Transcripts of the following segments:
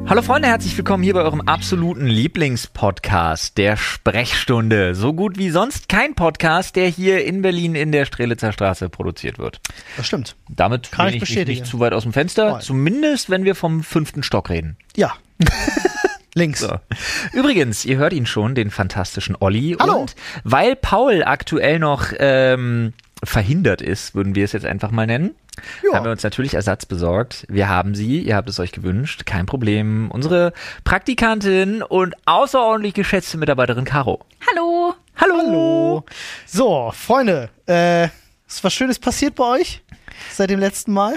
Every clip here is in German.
Hallo Freunde, herzlich willkommen hier bei eurem absoluten Lieblingspodcast, der Sprechstunde. So gut wie sonst kein Podcast, der hier in Berlin in der Strelitzer Straße produziert wird. Das stimmt. Damit bin ich nicht zu weit aus dem Fenster, Nein. Zumindest wenn wir vom 5. Stock reden. Ja. Links. So. Übrigens, ihr hört ihn schon, den fantastischen Olli. Hallo. Und weil Paul aktuell noch verhindert ist, würden wir es jetzt einfach mal nennen, haben wir uns natürlich Ersatz besorgt. Wir haben sie, ihr habt es euch gewünscht, kein Problem. Unsere Praktikantin und außerordentlich geschätzte Mitarbeiterin Caro. Hallo. Hallo. So, Freunde, ist was Schönes passiert bei euch seit dem letzten Mal?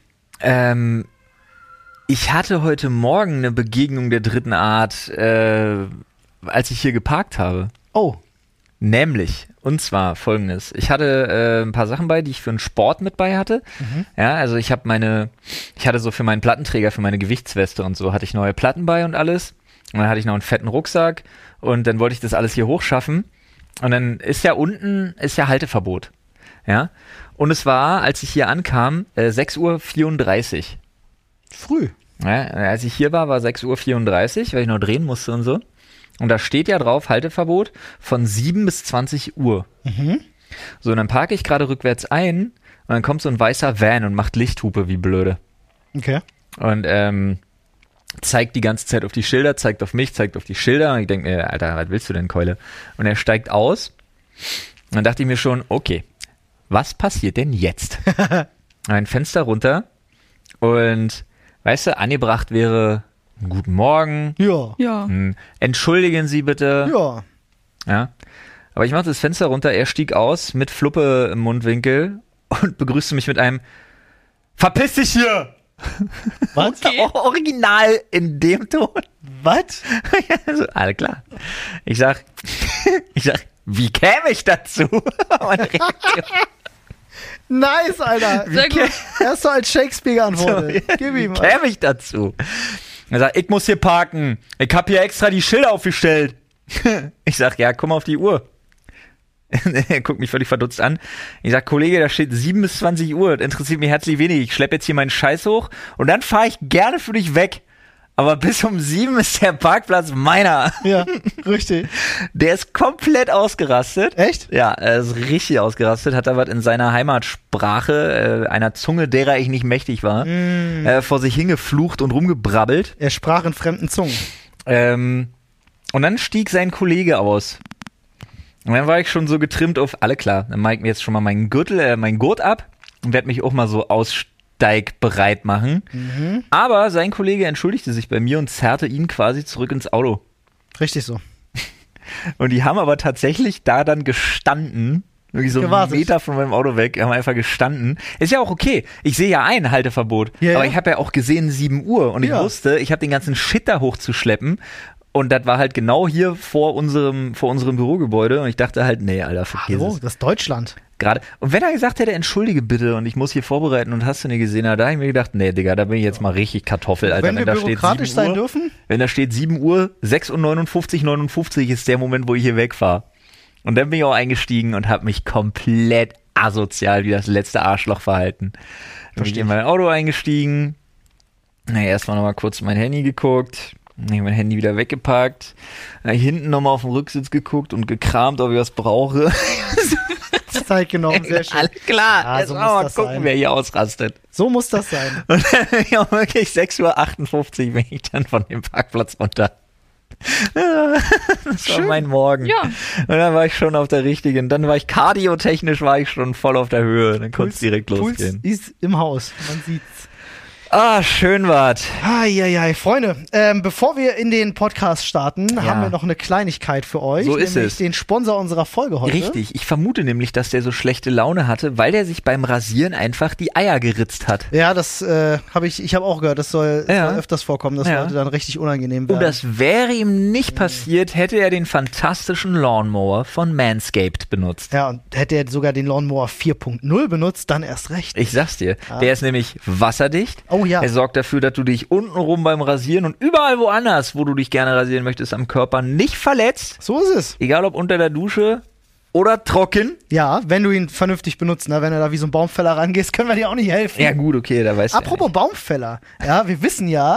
Ich hatte heute Morgen eine Begegnung der dritten Art, als ich hier geparkt habe. Oh. Nämlich, und zwar folgendes. Ich hatte ein paar Sachen bei, die ich für einen Sport mit bei hatte. Ja, also ich hatte so für meinen Plattenträger, für meine Gewichtsweste und so, hatte ich neue Platten bei und alles. Und dann hatte ich noch einen fetten Rucksack und dann wollte ich das alles hier hochschaffen. Und dann ist ja unten, Halteverbot. Ja, und es war, als ich hier ankam, 6:34 Uhr. Früh. Ja, als ich hier war 6:34 Uhr, weil ich noch drehen musste und so. Und da steht ja drauf, Halteverbot von 7 bis 20 Uhr. So, und dann parke ich gerade rückwärts ein und dann kommt so ein weißer Van und macht Lichthupe wie blöde. Okay. Und zeigt die ganze Zeit auf die Schilder, zeigt auf mich, zeigt auf die Schilder. Und ich denke mir, Alter, was willst du denn, Keule? Und er steigt aus. Und dann dachte ich mir schon, okay, was passiert denn jetzt? Ein Fenster runter und, weißt du, angebracht wäre, guten Morgen. Ja. Entschuldigen Sie bitte. Ja. Ja. Aber ich machte das Fenster runter, er stieg aus mit Fluppe im Mundwinkel und begrüßte mich mit einem Verpiss dich hier! Was? Original in dem Ton. Was? Also, alles klar. Ich sag, wie käme ich dazu? Nice, Alter. Sehr gut. Er ist so als Shakespeare geantwortet. Gib ihm. Wie käme ich dazu? Er sagt, ich muss hier parken. Ich hab hier extra die Schilder aufgestellt. Ich sag, ja, komm auf die Uhr. Er guckt mich völlig verdutzt an. Ich sag, Kollege, da steht 7 bis 20 Uhr. Das interessiert mich herzlich wenig. Ich schlepp jetzt hier meinen Scheiß hoch und dann fahre ich gerne für dich weg. Aber bis um 7 ist der Parkplatz meiner. Ja, richtig. Der ist komplett ausgerastet. Echt? Ja, er ist richtig ausgerastet. Hat da was in seiner Heimatsprache, einer Zunge, derer ich nicht mächtig war, vor sich hingeflucht und rumgebrabbelt. Er sprach in fremden Zungen. Und dann stieg sein Kollege aus. Und dann war ich schon so getrimmt auf, alle klar, dann mach ich mir jetzt schon mal meinen Gurt ab und werde mich auch mal so aussteigbereit machen. Aber sein Kollege entschuldigte sich bei mir und zerrte ihn quasi zurück ins Auto. Richtig so. Und die haben aber tatsächlich da dann gestanden, wirklich so Gewartet. einen Meter von meinem Auto weg, haben einfach gestanden. Ist ja auch okay, ich sehe ja ein Halteverbot, Ja, aber ja. ich habe ja auch gesehen 7 Uhr und ich Ja. wusste, ich habe den ganzen Shit da hochzuschleppen. Und das war halt genau hier vor unserem Bürogebäude. Und ich dachte halt, nee, Alter, vergiss Hallo, es. das ist Deutschland. Gerade. Und wenn er gesagt hätte, entschuldige bitte und ich muss hier vorbereiten und hast du nicht gesehen, da habe ich mir gedacht, nee, Digga, da bin ich jetzt mal richtig Kartoffel, Alter. Wenn wir da steht bürokratisch 7 Uhr, sein dürfen? Wenn da steht 7 Uhr, 6:59 ist der Moment, wo ich hier wegfahre. Und dann bin ich auch eingestiegen und habe mich komplett asozial wie das letzte Arschloch verhalten. Dann bin ich in mein Auto eingestiegen. Naja, erstmal nochmal kurz mein Handy geguckt. Dann hab ich mein Handy wieder weggepackt. Dann hab ich hinten nochmal auf den Rücksitz geguckt und gekramt, ob ich was brauche. Zeit genommen, sehr schön. Alles klar, Ja, jetzt so mal muss das gucken, sein. wer hier ausrastet. So muss das sein. Und dann bin ich auch wirklich 6:58 Uhr bin ich dann von dem Parkplatz runter. Das war mein Morgen. Ja. Und dann war ich schon auf der richtigen. Dann war ich kardiotechnisch schon voll auf der Höhe. Dann konnte es direkt losgehen. Puls ist im Haus. Man sieht's. Ah, schön war's. Eieiei, Freunde, bevor wir in den Podcast starten, haben wir noch eine Kleinigkeit für euch. So ist nämlich es. Den Sponsor unserer Folge heute. Richtig. Ich vermute nämlich, dass der so schlechte Laune hatte, weil der sich beim Rasieren einfach die Eier geritzt hat. Ja, das habe ich habe auch gehört, das soll öfters vorkommen, dass Leute dann richtig unangenehm werden. Und das wäre ihm nicht passiert, hätte er den fantastischen Lawnmower von Manscaped benutzt. Ja, und hätte er sogar den Lawnmower 4.0 benutzt, dann erst recht. Ich sag's dir, der ist nämlich wasserdicht. Oh ja. Er sorgt dafür, dass du dich untenrum beim Rasieren und überall woanders, wo du dich gerne rasieren möchtest, am Körper nicht verletzt. So ist es. Egal ob unter der Dusche oder trocken. Ja, wenn du ihn vernünftig benutzt, ne? Wenn du da wie so ein Baumfäller rangehst, können wir dir auch nicht helfen. Ja gut, okay, da weißt du. Apropos Baumfäller, ja, wir wissen ja,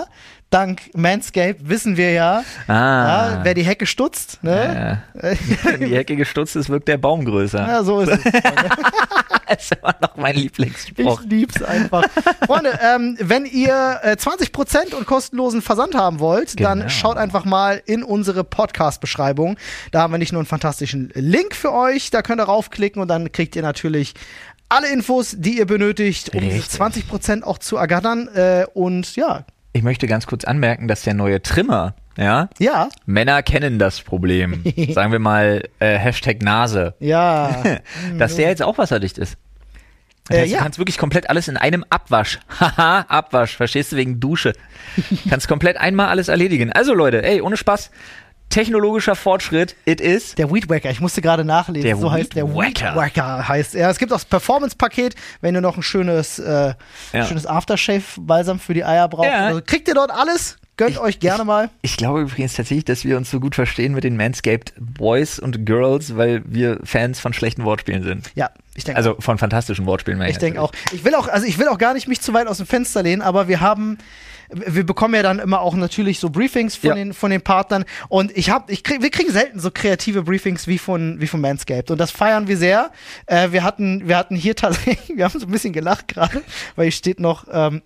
dank Manscaped wissen wir ja, wer die Hecke stutzt. Ne? Wenn die Hecke gestutzt ist, wirkt der Baum größer. Ja, so ist es. Das ist immer noch mein Lieblingsspruch. Ich lieb's einfach. Freunde, wenn ihr 20% und kostenlosen Versand haben wollt, dann schaut einfach mal in unsere Podcast-Beschreibung. Da haben wir nicht nur einen fantastischen Link für euch, da könnt ihr raufklicken und dann kriegt ihr natürlich alle Infos, die ihr benötigt, um diese 20% auch zu ergattern. Und ja. Ich möchte ganz kurz anmerken, dass der neue Trimmer, ja. Männer kennen das Problem. Sagen wir mal Hashtag Nase. Ja. Dass der jetzt auch wasserdicht ist. Das heißt, du kannst wirklich komplett alles in einem Abwasch. Haha, Abwasch. Verstehst du, wegen Dusche. Kannst komplett einmal alles erledigen. Also Leute, ey, ohne Spaß. Technologischer Fortschritt, it is. Der Weed Wacker, ich musste gerade nachlesen, so heißt der Weed Wacker heißt er. Es gibt auch das Performance-Paket, wenn ihr noch ein schönes Aftershave-Balsam für die Eier braucht. Ja. Also kriegt ihr dort alles, gönnt euch gerne mal. Ich glaube übrigens tatsächlich, dass wir uns so gut verstehen mit den Manscaped Boys und Girls, weil wir Fans von schlechten Wortspielen sind. Ja, ich denke also von fantastischen Wortspielen. Ich denke auch. Ich will auch gar nicht mich zu weit aus dem Fenster lehnen, aber wir bekommen ja dann immer auch natürlich so Briefings von den Partnern und wir kriegen selten so kreative Briefings wie von Manscaped und das feiern wir sehr. Wir hatten hier tatsächlich, wir haben so ein bisschen gelacht gerade, weil hier steht noch, sagen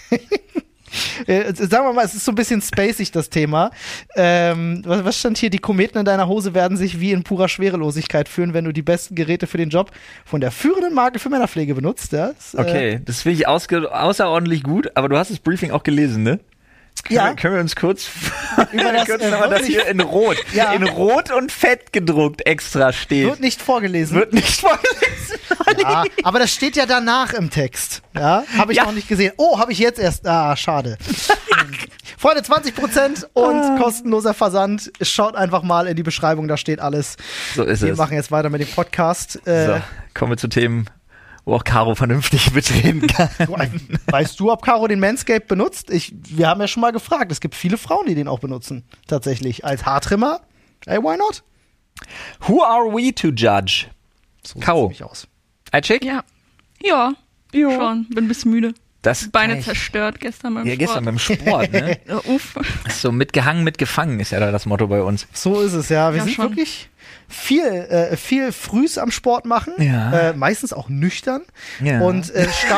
wir mal, es ist so ein bisschen spacig, das Thema. Was stand hier? Die Kometen in deiner Hose werden sich wie in purer Schwerelosigkeit fühlen, wenn du die besten Geräte für den Job von der führenden Marke für Männerpflege benutzt. Ja? Okay, das finde ich außerordentlich gut, aber du hast das Briefing auch gelesen, ne? Können wir uns kurz über das hier in Rot, in Rot und Fett gedruckt extra steht. Wird nicht vorgelesen. Ja, aber das steht ja danach im Text. Ja, habe ich noch nicht gesehen. Oh, habe ich jetzt erst. Ah, schade. Freunde, 20% und kostenloser Versand. Schaut einfach mal in die Beschreibung, da steht alles. So ist es. Wir machen jetzt weiter mit dem Podcast. So, kommen wir zu Themen, wo auch Caro vernünftig mitreden kann. Weißt du, ob Caro den Manscaped benutzt? Wir haben ja schon mal gefragt. Es gibt viele Frauen, die den auch benutzen. Tatsächlich. Als Haartrimmer. Hey, why not? Who are we to judge? So Caro. sieht's aus. Ein Chick? Ja. Schon. Bin ein bisschen müde. Beine ich. Zerstört gestern beim Sport. Gestern beim Sport, ne? Uff. So mitgehangen, mitgefangen ist ja da das Motto bei uns. So ist es, ja. Wir sind schon. Wirklich viel frühs am Sport machen. Ja. Meistens auch nüchtern. Ja. Und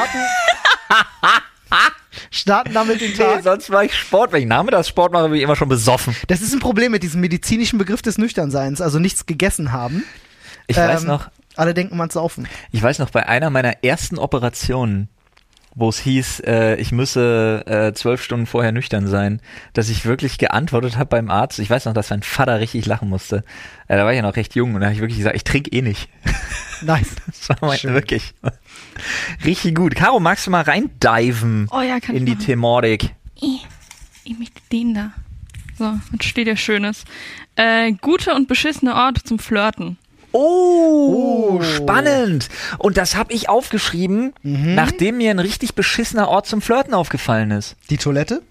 starten damit den Tag. Nee, sonst war ich Sport. Wenn ich nachmittags Sport mache, bin ich immer schon besoffen. Das ist ein Problem mit diesem medizinischen Begriff des Nüchternseins. Also nichts gegessen haben. Ich weiß noch. Alle denken, man saufen. Ich weiß noch, bei einer meiner ersten Operationen, wo es hieß, ich müsse 12 Stunden vorher nüchtern sein, dass ich wirklich geantwortet habe beim Arzt. Ich weiß noch, dass mein Vater richtig lachen musste. Da war ich ja noch recht jung und da habe ich wirklich gesagt, ich trinke eh nicht. Nice. Das war wirklich richtig gut. Caro, magst du mal reindiven in die Thematik? Ich möchte den da. So, jetzt steht ja Schönes. Gute und beschissene Orte zum Flirten. Oh, spannend. Und das habe ich aufgeschrieben, nachdem mir ein richtig beschissener Ort zum Flirten aufgefallen ist. Die Toilette?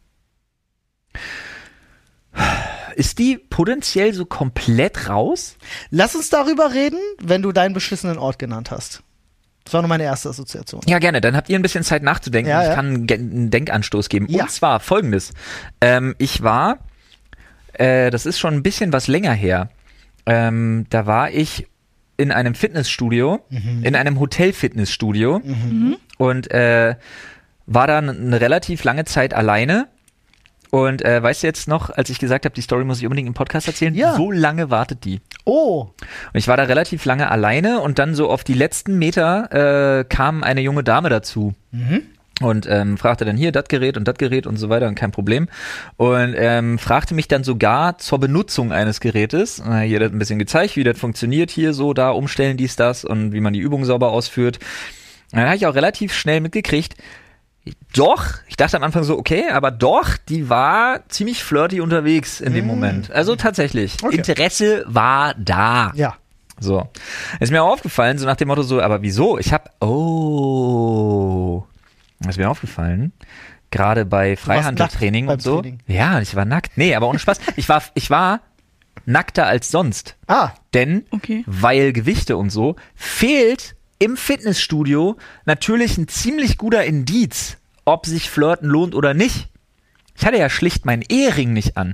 Ist die potenziell so komplett raus? Lass uns darüber reden, wenn du deinen beschissenen Ort genannt hast. Das war nur meine erste Assoziation. Ja, gerne. Dann habt ihr ein bisschen Zeit nachzudenken. Ja, ich kann einen Denkanstoß geben. Ja. Und zwar Folgendes. Ich war, das ist schon ein bisschen was länger her, da war ich in einem Fitnessstudio, in einem Hotel-Fitnessstudio und war dann eine relativ lange Zeit alleine. Und weißt du jetzt noch, als ich gesagt habe, die Story muss ich unbedingt im Podcast erzählen, so lange wartet die. Oh. Und ich war da relativ lange alleine und dann so auf die letzten Meter kam eine junge Dame dazu. Und fragte dann hier das Gerät und so weiter und kein Problem. Und fragte mich dann sogar zur Benutzung eines Gerätes. Hier hat ein bisschen gezeigt, wie das funktioniert hier so, da umstellen dies, das und wie man die Übung sauber ausführt. Und dann habe ich auch relativ schnell mitgekriegt, ich dachte am Anfang so, okay, aber die war ziemlich flirty unterwegs in dem Moment. Also tatsächlich, Interesse war da. Ja. So. Ist mir auch aufgefallen, so nach dem Motto so, aber wieso? Das ist mir aufgefallen, gerade bei Freihandeltraining und so. Training. Ja, ich war nackt. Nee, aber ohne Spaß. Ich war nackter als sonst. Denn, weil Gewichte und so, fehlt im Fitnessstudio natürlich ein ziemlich guter Indiz, ob sich Flirten lohnt oder nicht. Ich hatte ja schlicht meinen Ehering nicht an.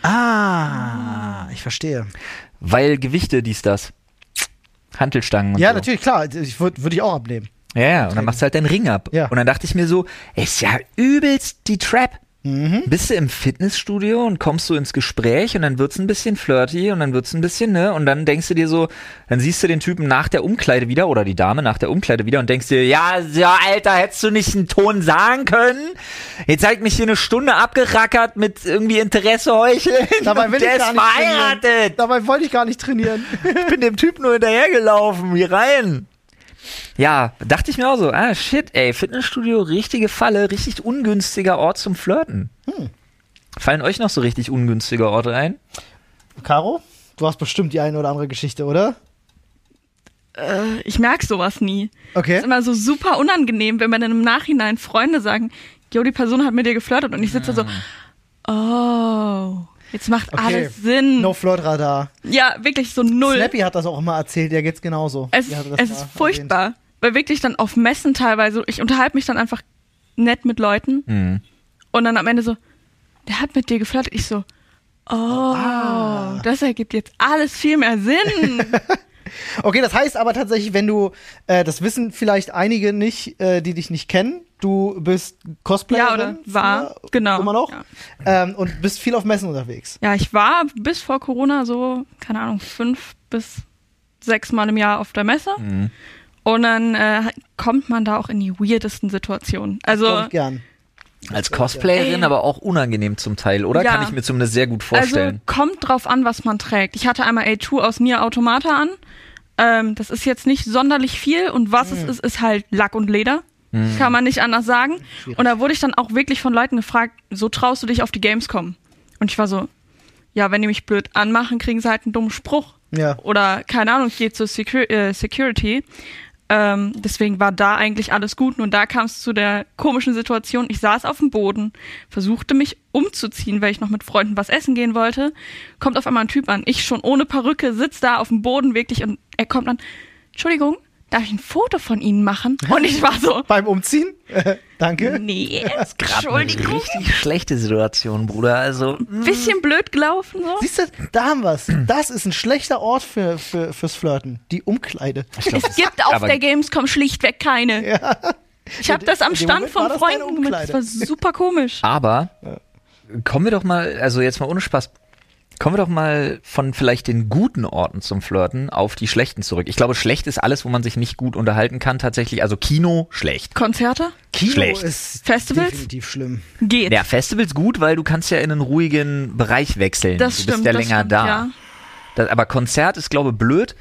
Ich verstehe. Weil Gewichte, das. Hantelstangen und Ja, so. natürlich, klar. Würde ich auch abnehmen. Ja, und dann machst du halt deinen Ring ab. Ja. Und dann dachte ich mir so, ist ja übelst die Trap. Bist du im Fitnessstudio und kommst so ins Gespräch und dann wird's ein bisschen flirty und dann wird's ein bisschen, ne? Und dann denkst du dir so, dann siehst du den Typen nach der Umkleide wieder oder die Dame nach der Umkleide wieder und denkst dir, ja, Alter, hättest du nicht einen Ton sagen können? Jetzt hat mich hier eine Stunde abgerackert mit irgendwie Interesse heucheln. Dabei will Der ich gar ist nicht verheiratet. trainieren. Dabei wollte ich gar nicht trainieren. Ich bin dem Typ nur hinterhergelaufen, hier rein. Ja, dachte ich mir auch so, shit, ey, Fitnessstudio, richtige Falle, richtig ungünstiger Ort zum Flirten. Fallen euch noch so richtig ungünstige Orte ein? Caro, du hast bestimmt die eine oder andere Geschichte, oder? Ich merke sowas nie. Okay. Ist immer so super unangenehm, wenn man dann im Nachhinein Freunde sagen, jo, die Person hat mit dir geflirtet und ich sitze da so, oh, jetzt macht alles Sinn. No Flirtradar. Ja, wirklich so null. Snappy hat das auch immer erzählt, der geht's genauso. Es ist furchtbar, weil wirklich dann auf Messen teilweise, ich unterhalte mich dann einfach nett mit Leuten und dann am Ende so, der hat mit dir geflirtet. Ich so, das ergibt jetzt alles viel mehr Sinn. Okay, das heißt aber tatsächlich, wenn du, das wissen vielleicht einige nicht, die dich nicht kennen, du bist Cosplayerin. Ja, oder war, genau. Immer noch. Ja. Und bist viel auf Messen unterwegs. Ja, ich war bis vor Corona so, keine Ahnung, 5 bis 6 Mal im Jahr auf der Messe. Und dann kommt man da auch in die weirdesten Situationen. Also Glaub ich gern. Als Cosplayerin, aber auch unangenehm zum Teil, oder? Ja. Kann ich mir zumindest sehr gut vorstellen. Also kommt drauf an, was man trägt. Ich hatte einmal A2 aus Nier Automata an. Das ist jetzt nicht sonderlich viel und was es ist halt Lack und Leder. Kann man nicht anders sagen. Schwierig. Und da wurde ich dann auch wirklich von Leuten gefragt, so traust du dich auf die Gamescom? Und ich war so, ja, wenn die mich blöd anmachen, kriegen sie halt einen dummen Spruch. Ja. Oder, keine Ahnung, ich gehe zur Security. Deswegen war da eigentlich alles gut. Und da kam es zu der komischen Situation. Ich saß auf dem Boden, versuchte mich umzuziehen, weil ich noch mit Freunden was essen gehen wollte. Kommt auf einmal ein Typ an. Ich schon ohne Perücke, sitz da auf dem Boden wirklich und er kommt dann, Entschuldigung, darf ich ein Foto von Ihnen machen? Und ich war so, Beim Umziehen? Danke. nee, Gerade eine Entschuldigung. richtig schlechte Situation, Bruder. Also, Bisschen blöd gelaufen so. Siehst du, da haben wir's. Das ist ein schlechter Ort fürs Flirten. Die Umkleide. Es gibt auf aber- der Gamescom schlichtweg keine. Ich habe das am in dem Stand Moment von war das deine Freunden gemacht. Das war Umkleide. super komisch. aber kommen wir doch mal, also jetzt mal ohne Spaß, kommen wir doch mal von vielleicht den guten Orten zum Flirten auf die schlechten zurück. Ich glaube, schlecht ist alles, wo man sich nicht gut unterhalten kann tatsächlich. Also Kino, schlecht. Konzerte? Kino Schlecht. ist Festivals? definitiv schlimm. Geht. Ja, Festivals gut, weil du kannst ja in einen ruhigen Bereich wechseln. Das du stimmt. bist ja das länger stimmt, da. Ja. Aber Konzert ist, glaube ich, blöd.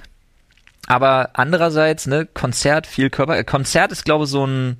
Aber andererseits, ne, Konzert, viel Körper. Konzert ist, glaube ich,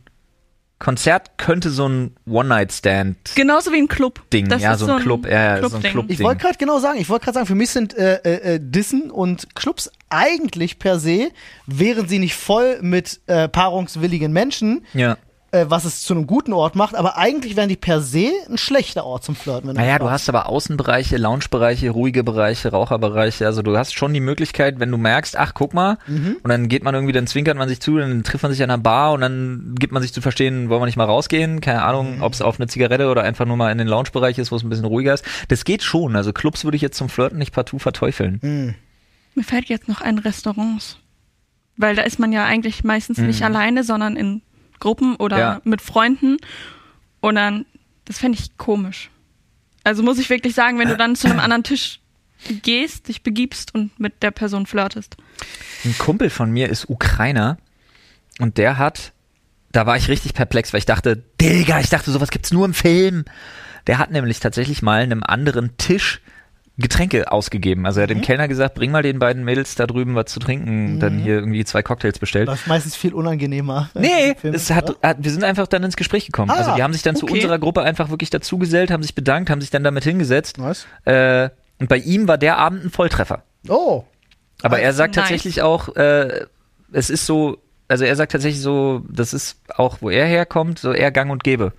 Konzert könnte so ein One-Night-Stand-Ding, Genauso wie ein Club. Das ja, ist so ein Club, ja, so ein Clubding. Club. Ich wollte gerade genau sagen, für mich sind Dissen und Clubs eigentlich per se, wären sie nicht voll mit paarungswilligen Menschen, Ja. was es zu einem guten Ort macht, aber eigentlich wären die per se ein schlechter Ort zum Flirten. Wenn Naja, mich du fragst. hast aber Außenbereiche, Loungebereiche, ruhige Bereiche, Raucherbereiche. Also du hast schon die Möglichkeit, wenn du merkst, ach, guck mal, und dann geht man irgendwie, dann zwinkert man sich zu, dann trifft man sich an einer Bar und dann gibt man sich zu verstehen, wollen wir nicht mal rausgehen? Keine Ahnung, ob es auf eine Zigarette oder einfach nur mal in den Loungebereich ist, wo es ein bisschen ruhiger ist. Das geht schon. Also Clubs würde ich jetzt zum Flirten nicht partout verteufeln. Mir fällt jetzt noch ein Restaurants. Weil da ist man ja eigentlich meistens nicht alleine, sondern in Gruppen oder Ja. mit Freunden. Und dann, das fände ich komisch. Also muss ich wirklich sagen, wenn du dann zu einem anderen Tisch gehst, dich begibst und mit der Person flirtest. Ein Kumpel von mir ist Ukrainer und der hat, da war ich richtig perplex, weil ich dachte, sowas gibt's nur im Film. Der hat nämlich tatsächlich mal einem anderen Tisch Getränke ausgegeben. Also er hat dem Kellner gesagt, bring mal den beiden Mädels da drüben was zu trinken. Dann hier irgendwie 2 Cocktails bestellt. Das ist meistens viel unangenehmer. Nee, Film, es oder? wir sind einfach dann ins Gespräch gekommen. Ah, Also die haben sich dann zu okay. unserer Gruppe einfach wirklich dazugesellt, haben sich bedankt, haben sich dann damit hingesetzt. Nice. Und bei ihm war der Abend ein Volltreffer. Oh. Aber er sagt Nice. tatsächlich auch, es ist so, also er sagt tatsächlich so, das ist auch, wo er herkommt, so eher gang und gäbe.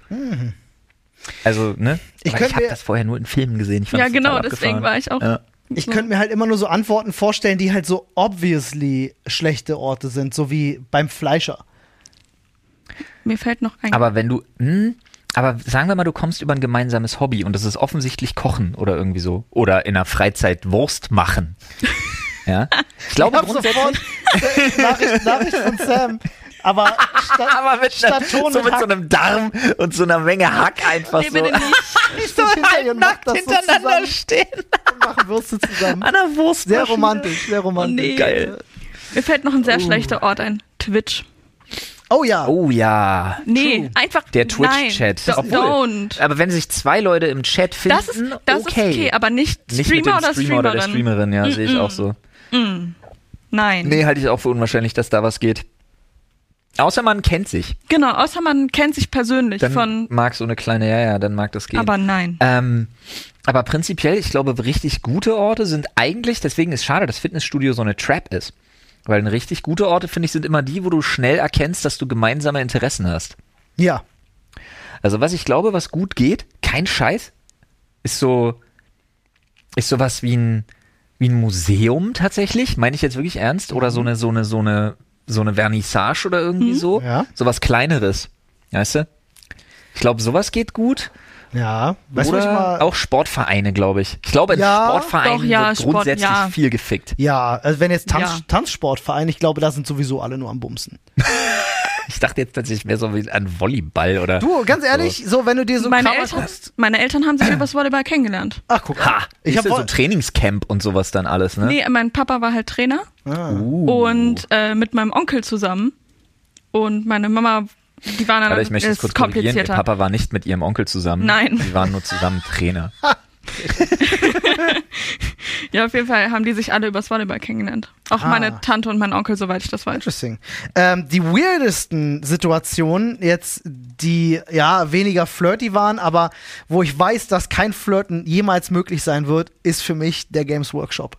Also, ne? Ich Aber könnte ich habe mir- das vorher nur in Filmen gesehen. Ich fand Ja, das genau, total deswegen abgefahren. war ich auch. Ja. Ich könnte mir halt immer nur so Antworten vorstellen, die halt so obviously schlechte Orte sind, so wie beim Fleischer. Mir fällt noch ein. Aber wenn du, Aber sagen wir mal, du kommst über ein gemeinsames Hobby und das ist offensichtlich Kochen oder irgendwie so. Oder in der Freizeit Wurst machen. Ja. Ich glaube grundsätzlich. Nachricht von Sam. Aber statt Ton so mit so einem Darm und so einer Menge Hack einfach so. so halt nackt hintereinander so stehen. Und machen Würste zusammen. An der Wurst. Sehr romantisch, sehr romantisch. Nee. Geil. Mir fällt noch ein sehr schlechter Ort ein. Twitch. Oh ja. Oh ja. Nee, True. einfach Der Twitch-Chat. Don't. Aber wenn sich 2 Leute im Chat finden, Das ist okay, aber nicht Streamer mit dem oder Streamer oder der Streamerin. Streamerin, ja, sehe ich auch so. Nein. Nee, halte ich auch für unwahrscheinlich, dass da was geht. Außer man kennt sich. Genau, außer man kennt sich persönlich Dann mag so eine kleine, dann mag das gehen. Aber nein. Aber prinzipiell, ich glaube, richtig gute Orte sind eigentlich, deswegen ist schade, dass Fitnessstudio so eine Trap ist. Weil richtig gute Orte, finde ich, sind immer die, wo du schnell erkennst, dass du gemeinsame Interessen hast. Ja. Also was ich glaube, was gut geht, kein Scheiß, ist sowas wie ein Museum tatsächlich, meine ich jetzt wirklich ernst, oder so eine Vernissage oder irgendwie so. Ja. Sowas Kleineres, weißt du? Ich glaube, sowas geht gut. Ja. Weißt du, Oder was ich mal... auch Sportvereine, glaube ich. Ich glaube, in Ja, Sportvereinen doch, ja, wird Sport, grundsätzlich ja. viel gefickt. Ja, also wenn jetzt Ja. Tanzsportverein, ich glaube, da sind sowieso alle nur am Bumsen. Ich dachte jetzt tatsächlich mehr so wie an Volleyball oder. Du, ganz ehrlich, so wenn du dir so Meine Cover Eltern, guckst- meine Eltern haben sich übers Volleyball kennengelernt. Ach, guck. Ha! Ich Ich hab so voll- Trainingscamp und sowas dann alles, ne? Nee, mein Papa war halt Trainer und mit meinem Onkel zusammen. Und meine Mama, die waren dann Aber ich möchte es ist kurz korrigieren, ihr komplizierter. Papa war nicht mit ihrem Onkel zusammen. Nein. Die waren nur zusammen Trainer. Ja, auf jeden Fall haben die sich alle übers Volleyball kennengelernt. Auch meine Tante und mein Onkel, soweit ich das weiß. Interesting. Die weirdesten Situationen jetzt, die ja weniger flirty waren, aber wo ich weiß, dass kein Flirten jemals möglich sein wird, ist für mich der Games Workshop.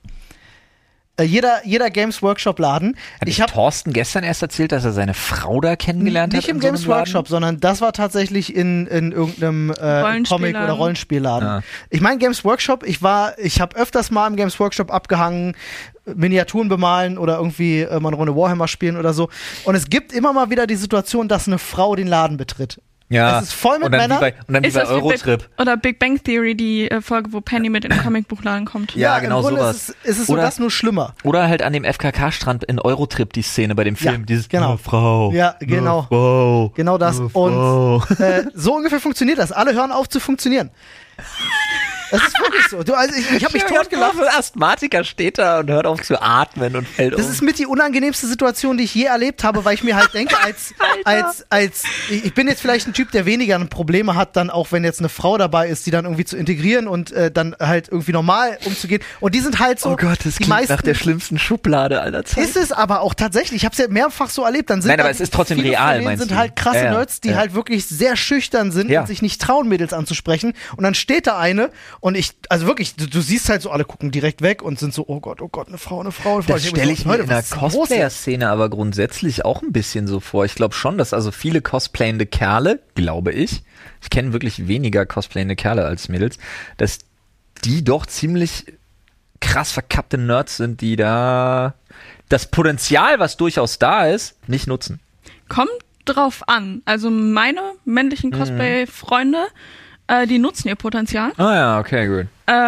Jeder Games Workshop Laden. Hat Ich habe Thorsten gestern erst erzählt, dass er seine Frau da kennengelernt nicht hat? im in so einem Games Workshop, Laden? sondern das war tatsächlich in irgendeinem Comic- oder Rollenspielladen. Ah. Ich meine Games Workshop, ich habe öfters mal im Games Workshop abgehangen, Miniaturen bemalen oder irgendwie mal eine Runde Warhammer spielen oder so. Und es gibt immer mal wieder die Situation, dass eine Frau den Laden betritt. Ja. Es ist voll mit und dann Männern. Und dann wie Ist bei das wie Eurotrip. oder Big Bang Theory, die Folge, wo Penny mit in den Comicbuchladen kommt. Ja, genau im Grunde sowas. Ist es so Oder- das nur schlimmer. Oder halt an dem FKK-Strand in Eurotrip die Szene bei dem Film. Ja, Dieses genau. Frau. Ja, genau. Frau. Genau das. Und so ungefähr funktioniert das. Alle hören auf zu funktionieren. Das ist wirklich so. Also ich habe mich totgelacht. Ein Asthmatiker steht da und hört auf zu atmen und fällt Das um. ist mit die unangenehmste Situation, die ich je erlebt habe, weil ich mir halt denke, ich bin jetzt vielleicht ein Typ, der weniger Probleme hat, dann auch wenn jetzt eine Frau dabei ist, die dann irgendwie zu integrieren und dann halt irgendwie normal umzugehen. Und die sind halt so. Oh Gott, das die klingt meisten, nach der schlimmsten Schublade aller Zeiten. Ist es aber auch tatsächlich. Ich habe es ja mehrfach so erlebt. Dann sind Nein, aber dann es ist trotzdem viele real, von denen meinst sind du? halt krasse Ja, ja. Nerds, die Ja. halt wirklich sehr schüchtern sind Ja. und sich nicht trauen, Mädels anzusprechen. Und dann steht da eine und also wirklich, du siehst halt so, alle gucken direkt weg und sind so, oh Gott, eine Frau. Das stelle ich mir Leute, in der was ist denn los jetzt? Cosplayer-Szene aber grundsätzlich auch ein bisschen so vor. Ich glaube schon, dass also viele cosplayende Kerle, glaube ich kenne wirklich weniger cosplayende Kerle als Mädels, dass die doch ziemlich krass verkappte Nerds sind, die da das Potenzial, was durchaus da ist, nicht nutzen. Kommt drauf an. Also meine männlichen Cosplay-Freunde, die nutzen ihr Potenzial. Ah ja, okay, gut.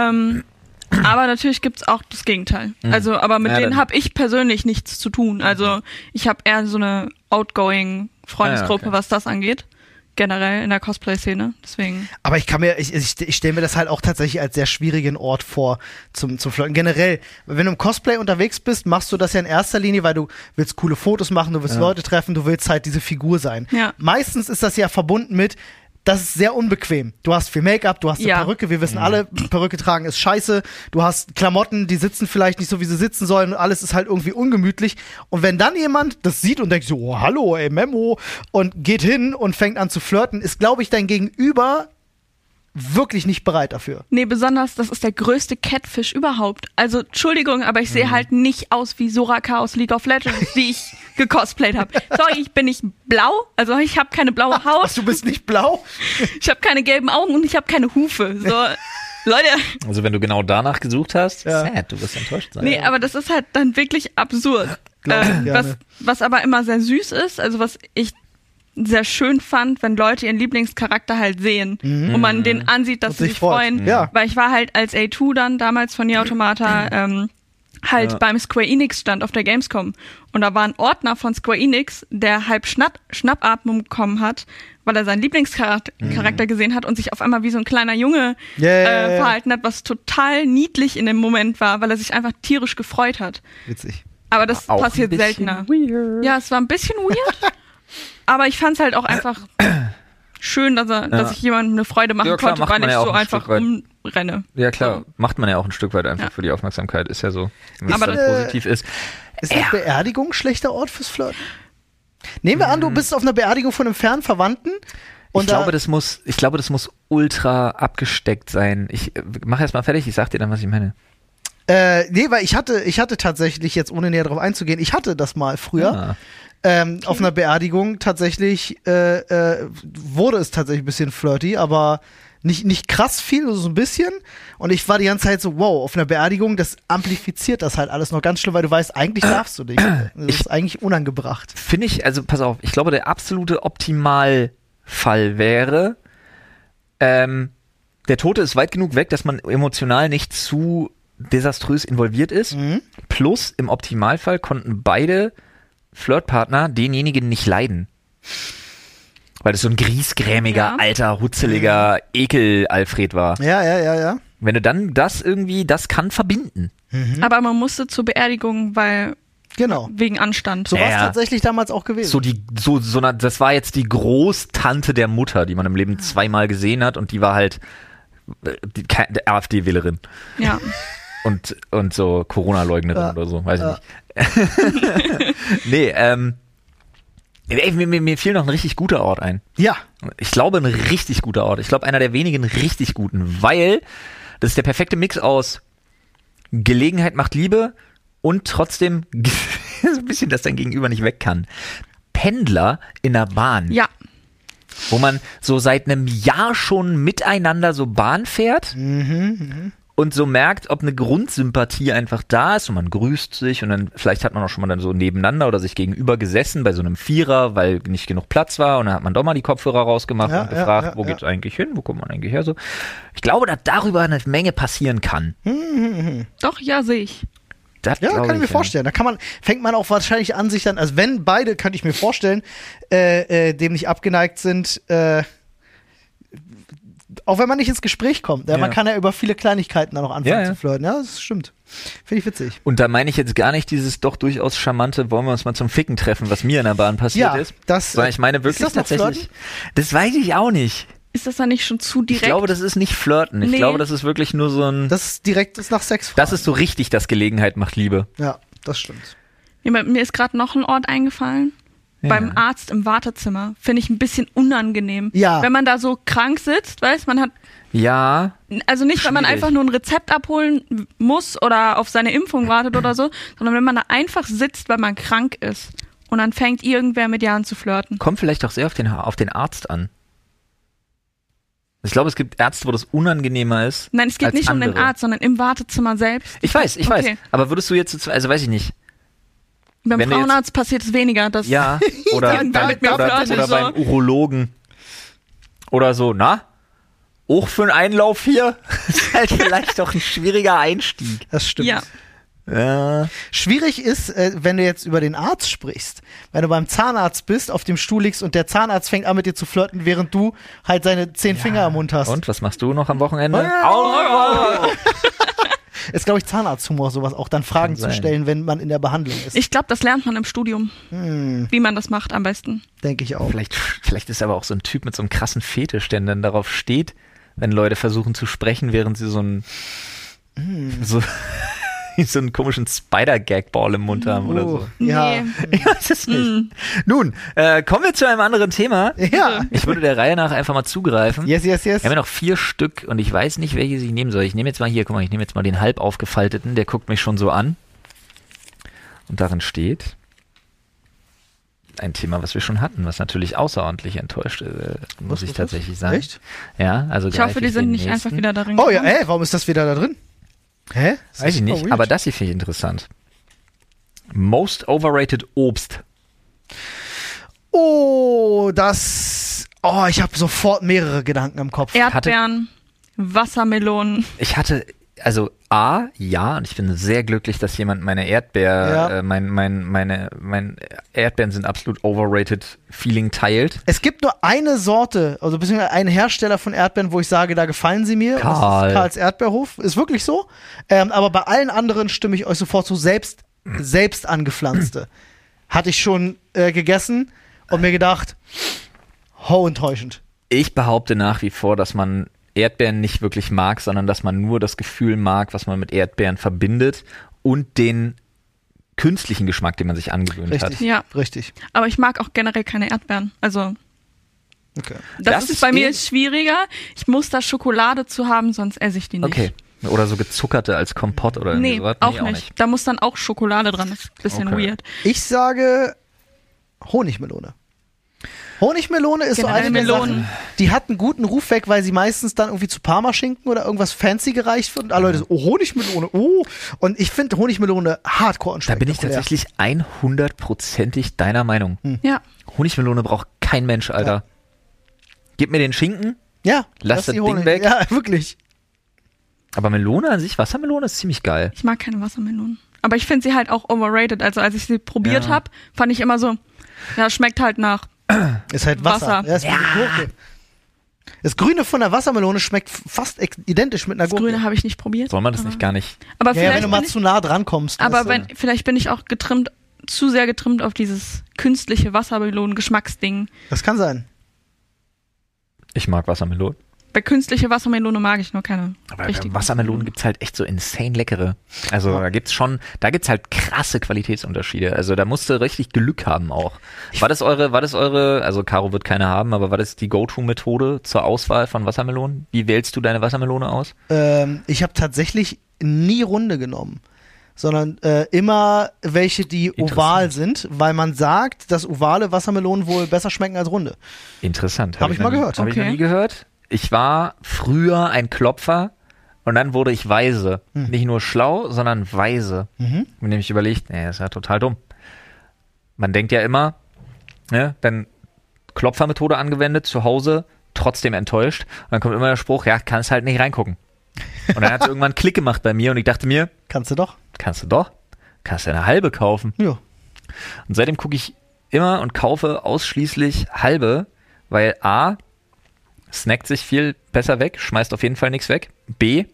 Aber natürlich gibt's auch das Gegenteil. Also, aber mit Ja, denen dann- habe ich persönlich nichts zu tun. Also ich habe eher so eine outgoing Freundesgruppe, okay. was das angeht. Generell in der Cosplay-Szene. Deswegen. Aber ich stelle mir das halt auch tatsächlich als sehr schwierigen Ort vor zum Flirten. Generell, wenn du im Cosplay unterwegs bist, machst du das ja in erster Linie, weil du willst coole Fotos machen, du willst Leute treffen, du willst halt diese Figur sein. Ja. Meistens ist das ja verbunden mit, das ist sehr unbequem. Du hast viel Make-up, du hast eine Ja. Perücke, wir wissen alle, Perücke tragen ist scheiße. Du hast Klamotten, die sitzen vielleicht nicht so, wie sie sitzen sollen und alles ist halt irgendwie ungemütlich. Und wenn dann jemand das sieht und denkt so, oh, hallo, ey, Memo, und geht hin und fängt an zu flirten, ist, glaube ich, dein Gegenüber wirklich nicht bereit dafür. Nee, besonders, das ist der größte Catfish überhaupt. Also, Entschuldigung, aber ich sehe halt nicht aus wie Soraka aus League of Legends, die ich gecosplayt habe. Sorry, ich bin nicht blau, also ich habe keine blaue Haut, Was, du bist nicht blau? ich habe keine gelben Augen und ich habe keine Hufe. So, Leute, Also wenn du genau danach gesucht hast, Ja. sad, du wirst enttäuscht sein. nee, aber das ist halt dann wirklich absurd. Glaub ich gerne. Was aber immer sehr süß ist, also was ich sehr schön fand, wenn Leute ihren Lieblingscharakter halt sehen und man den ansieht, dass sie sich freuen. Ja. Weil ich war halt als A2 dann damals von Nier Automata beim Square Enix Stand auf der Gamescom. Und da war ein Ordner von Square Enix, der halb Schnappatmung bekommen hat, weil er seinen Lieblingscharakter gesehen hat und sich auf einmal wie so ein kleiner Junge verhalten hat, was total niedlich in dem Moment war, weil er sich einfach tierisch gefreut hat. Witzig. Aber das Auch passiert ein bisschen seltener. weird. Ja, es war ein bisschen weird, aber ich fand es halt auch einfach schön, dass ich jemandem eine Freude machen Ja, klar, konnte, macht weil man ich ja auch so ein einfach Stück weit. rumrenne. Ja, klar, So. macht man ja auch ein Stück weit einfach Ja. für die Aufmerksamkeit, ist ja so, wenn es Aber dann das- positiv ist. Ist eine Beerdigung ein schlechter Ort fürs Flirten? Nehmen wir an, du bist auf einer Beerdigung von einem fernen Verwandten. Und Ich glaube, das muss ultra abgesteckt sein. Ich mach erst mal fertig, ich sag dir dann, was ich meine. nee, weil ich hatte tatsächlich, jetzt ohne näher drauf einzugehen, ich hatte das mal früher. Auf einer Beerdigung tatsächlich wurde es tatsächlich ein bisschen flirty, aber nicht krass viel, so ein bisschen. Und ich war die ganze Zeit so, wow, auf einer Beerdigung, das amplifiziert das halt alles noch ganz schlimm, weil du weißt, eigentlich darfst du nicht. Das ist eigentlich unangebracht. Finde ich, also pass auf, ich glaube, der absolute Optimalfall wäre, der Tote ist weit genug weg, dass man emotional nicht zu desaströs involviert ist. Plus, im Optimalfall konnten beide Flirtpartner denjenigen nicht leiden. Weil das so ein griesgrämiger, Ja. alter, hutzeliger Ekel-Alfred war. Ja. Wenn du dann das kann verbinden. Aber man musste zur Beerdigung, weil Genau. wegen Anstand. So war es Ja. tatsächlich damals auch gewesen. Das war jetzt die Großtante der Mutter, die man im Leben zweimal gesehen hat und die war halt die AfD-Wählerin Ja. und so Corona-Leugnerin Ja. oder so, weiß ich nicht. Nee, mir fiel noch ein richtig guter Ort ein. Ja. Ich glaube, ein richtig guter Ort. Ich glaube, einer der wenigen richtig guten, weil das ist der perfekte Mix aus Gelegenheit macht Liebe und trotzdem so ein bisschen, dass dein Gegenüber nicht weg kann. Pendler in der Bahn, Ja. wo man so seit einem Jahr schon miteinander so Bahn fährt und so merkt, ob eine Grundsympathie einfach da ist und man grüßt sich und dann vielleicht hat man auch schon mal dann so nebeneinander oder sich gegenüber gesessen bei so einem Vierer, weil nicht genug Platz war und dann hat man doch mal die Kopfhörer rausgemacht Ja, und gefragt, ja, wo ja. geht's eigentlich hin, wo kommt man eigentlich her, so. Ich glaube, dass darüber eine Menge passieren kann. Doch, ja, sehe ich. Das Ja, glaube kann ich mir ja. vorstellen. Da fängt man auch wahrscheinlich an, sich dann, also wenn beide, könnte ich mir vorstellen, dem nicht abgeneigt sind, auch wenn man nicht ins Gespräch kommt. Ja. Man kann ja über viele Kleinigkeiten dann noch anfangen Ja. zu flirten. Ja, das stimmt. Finde ich witzig. Und da meine ich jetzt gar nicht dieses doch durchaus charmante, wollen wir uns mal zum Ficken treffen, was mir in der Bahn passiert Ja, ist. das- Sondern ich meine wirklich ist das noch tatsächlich. Das weiß ich auch nicht. Ist das dann nicht schon zu direkt? Ich glaube, das ist nicht Flirten. Ich Nee. glaube, das ist wirklich nur so ein. Das ist direkt nach Sex. Das ist so richtig, dass Gelegenheit macht Liebe. Ja, das stimmt. Mir ist gerade noch ein Ort eingefallen. Ja. Beim Arzt im Wartezimmer. Finde ich ein bisschen unangenehm. Ja. Wenn man da so krank sitzt, weißt man hat, Ja, also nicht, wenn man Schwierig. einfach nur ein Rezept abholen muss oder auf seine Impfung wartet oder so, sondern wenn man da einfach sitzt, weil man krank ist. Und dann fängt irgendwer mit dir an zu flirten. kommt vielleicht auch sehr auf den Arzt an. Ich glaube, es gibt Ärzte, wo das unangenehmer ist. Nein, es geht als nicht um den andere. Arzt, sondern im Wartezimmer selbst. Ich weiß. Okay. Aber würdest du jetzt, also weiß ich nicht. Beim Wenn du jetzt- Frauenarzt passiert es weniger. Das Ja, oder, Irgendwer mit mir flirtet, oder so. beim Urologen. Oder so, na? Auch für einen Einlauf hier? Ist halt vielleicht doch ein schwieriger Einstieg. Das stimmt. Ja. Ja. Schwierig ist, wenn du jetzt über den Arzt sprichst. Wenn du beim Zahnarzt bist, auf dem Stuhl liegst und der Zahnarzt fängt an mit dir zu flirten, während du halt seine 10 Finger im Mund hast. Und, was machst du noch am Wochenende? Ist, glaube ich, Zahnarzthumor, sowas auch dann Fragen Kann zu sein. stellen, wenn man in der Behandlung ist. Ich glaube, das lernt man im Studium, wie man das macht am besten. Denke ich auch. Vielleicht ist aber auch so ein Typ mit so einem krassen Fetisch, der dann darauf steht, wenn Leute versuchen zu sprechen, während sie so einen komischen Spider-Gag-Ball im Mund haben oder so. Ja. Nee. Ich weiß es nicht. Nun, kommen wir zu einem anderen Thema. Ja. Ich würde der Reihe nach einfach mal zugreifen. Yes. Wir haben ja noch 4 Stück und ich weiß nicht, welches ich nehmen soll. Ich nehme jetzt mal hier, guck mal, ich nehme jetzt mal den halb aufgefalteten, der guckt mich schon so an. Und darin steht ein Thema, was wir schon hatten, was natürlich außerordentlich enttäuscht, muss ich tatsächlich sagen. Echt? Ja, also Ich hoffe, greife die sind den nicht nächsten. einfach wieder darin. Oh ja, gekommen. warum ist das wieder da drin? Hä? Das Weiß ist ich super nicht, weird. aber das hier finde ich interessant. Most overrated Obst. Oh, ich habe sofort mehrere Gedanken im Kopf. Erdbeeren, Wassermelonen. Ich hatte, also ja, und ich bin sehr glücklich, dass jemand meine meine Erdbeeren sind absolut overrated Feeling teilt. Es gibt nur eine Sorte, also beziehungsweise einen Hersteller von Erdbeeren, wo ich sage, da gefallen sie mir. Das ist Karls Erdbeerhof. Ist wirklich so. Aber bei allen anderen stimme ich euch sofort zu. Selbst angepflanzte hatte ich schon gegessen und mir gedacht, enttäuschend. Ich behaupte nach wie vor, dass man Erdbeeren nicht wirklich mag, sondern dass man nur das Gefühl mag, was man mit Erdbeeren verbindet und den künstlichen Geschmack, den man sich angewöhnt hat. Ja, richtig. Aber ich mag auch generell keine Erdbeeren. Also okay. Das ist bei mir schwieriger. Ich muss da Schokolade zu haben, sonst esse ich die nicht. Okay. Oder so gezuckerte als Kompott oder irgendwie sowas? Auch nicht. Da muss dann auch Schokolade dran. Das ist ein bisschen weird. Ich sage Honigmelone. Honigmelone ist Generell so eine der Sachen, die hat einen guten Ruf weg, weil sie meistens dann irgendwie zu Parmaschinken oder irgendwas fancy gereicht wird und alle Leute so, Honigmelone, Und ich finde Honigmelone hardcore und Da bin ich tatsächlich 100%ig deiner Meinung. Ja. Honigmelone braucht kein Mensch, Alter. Ja. Gib mir den Schinken. Ja. Lass das Ding weg. Ja, wirklich. Aber Melone an sich, Wassermelone ist ziemlich geil. Ich mag keine Wassermelonen. Aber ich finde sie halt auch overrated. Also als ich sie probiert habe, fand ich immer so, ja, schmeckt halt nach ist halt Wasser. Ja, ist wie eine Gurke. Das Grüne von der Wassermelone schmeckt fast identisch mit einer Gurke. Das Grüne habe ich nicht probiert. Soll man das nicht gar nicht? Aber wenn du mal zu nah dran kommst. Aber vielleicht bin ich auch zu sehr getrimmt auf dieses künstliche Wassermelonen-Geschmacksding. Das kann sein. Ich mag Wassermelonen. Bei künstliche Wassermelone mag ich nur keine. Aber bei Wassermelonen gibt's halt echt so insane leckere. Also da gibt's halt krasse Qualitätsunterschiede. Also da musst du richtig Glück haben auch. War das eure, also Caro wird keine haben, aber war das die Go-To-Methode zur Auswahl von Wassermelonen? Wie wählst du deine Wassermelone aus? Ich habe tatsächlich nie Runde genommen, sondern immer welche, die oval sind, weil man sagt, dass ovale Wassermelonen wohl besser schmecken als runde. Interessant. Habe ich mal gehört. Habe ich noch nie gehört. Ich war früher ein Klopfer und dann wurde ich weise. Nicht nur schlau, sondern weise. Und nämlich überlegt, das ist ja total dumm. Man denkt ja immer, dann Klopfermethode angewendet, zu Hause, trotzdem enttäuscht. Und dann kommt immer der Spruch, kannst halt nicht reingucken. Und dann hat es irgendwann einen Klick gemacht bei mir und ich dachte mir, Kannst du doch. Kannst du eine halbe kaufen. Ja. Und seitdem gucke ich immer und kaufe ausschließlich halbe, weil A, snackt sich viel besser weg, schmeißt auf jeden Fall nichts weg. B,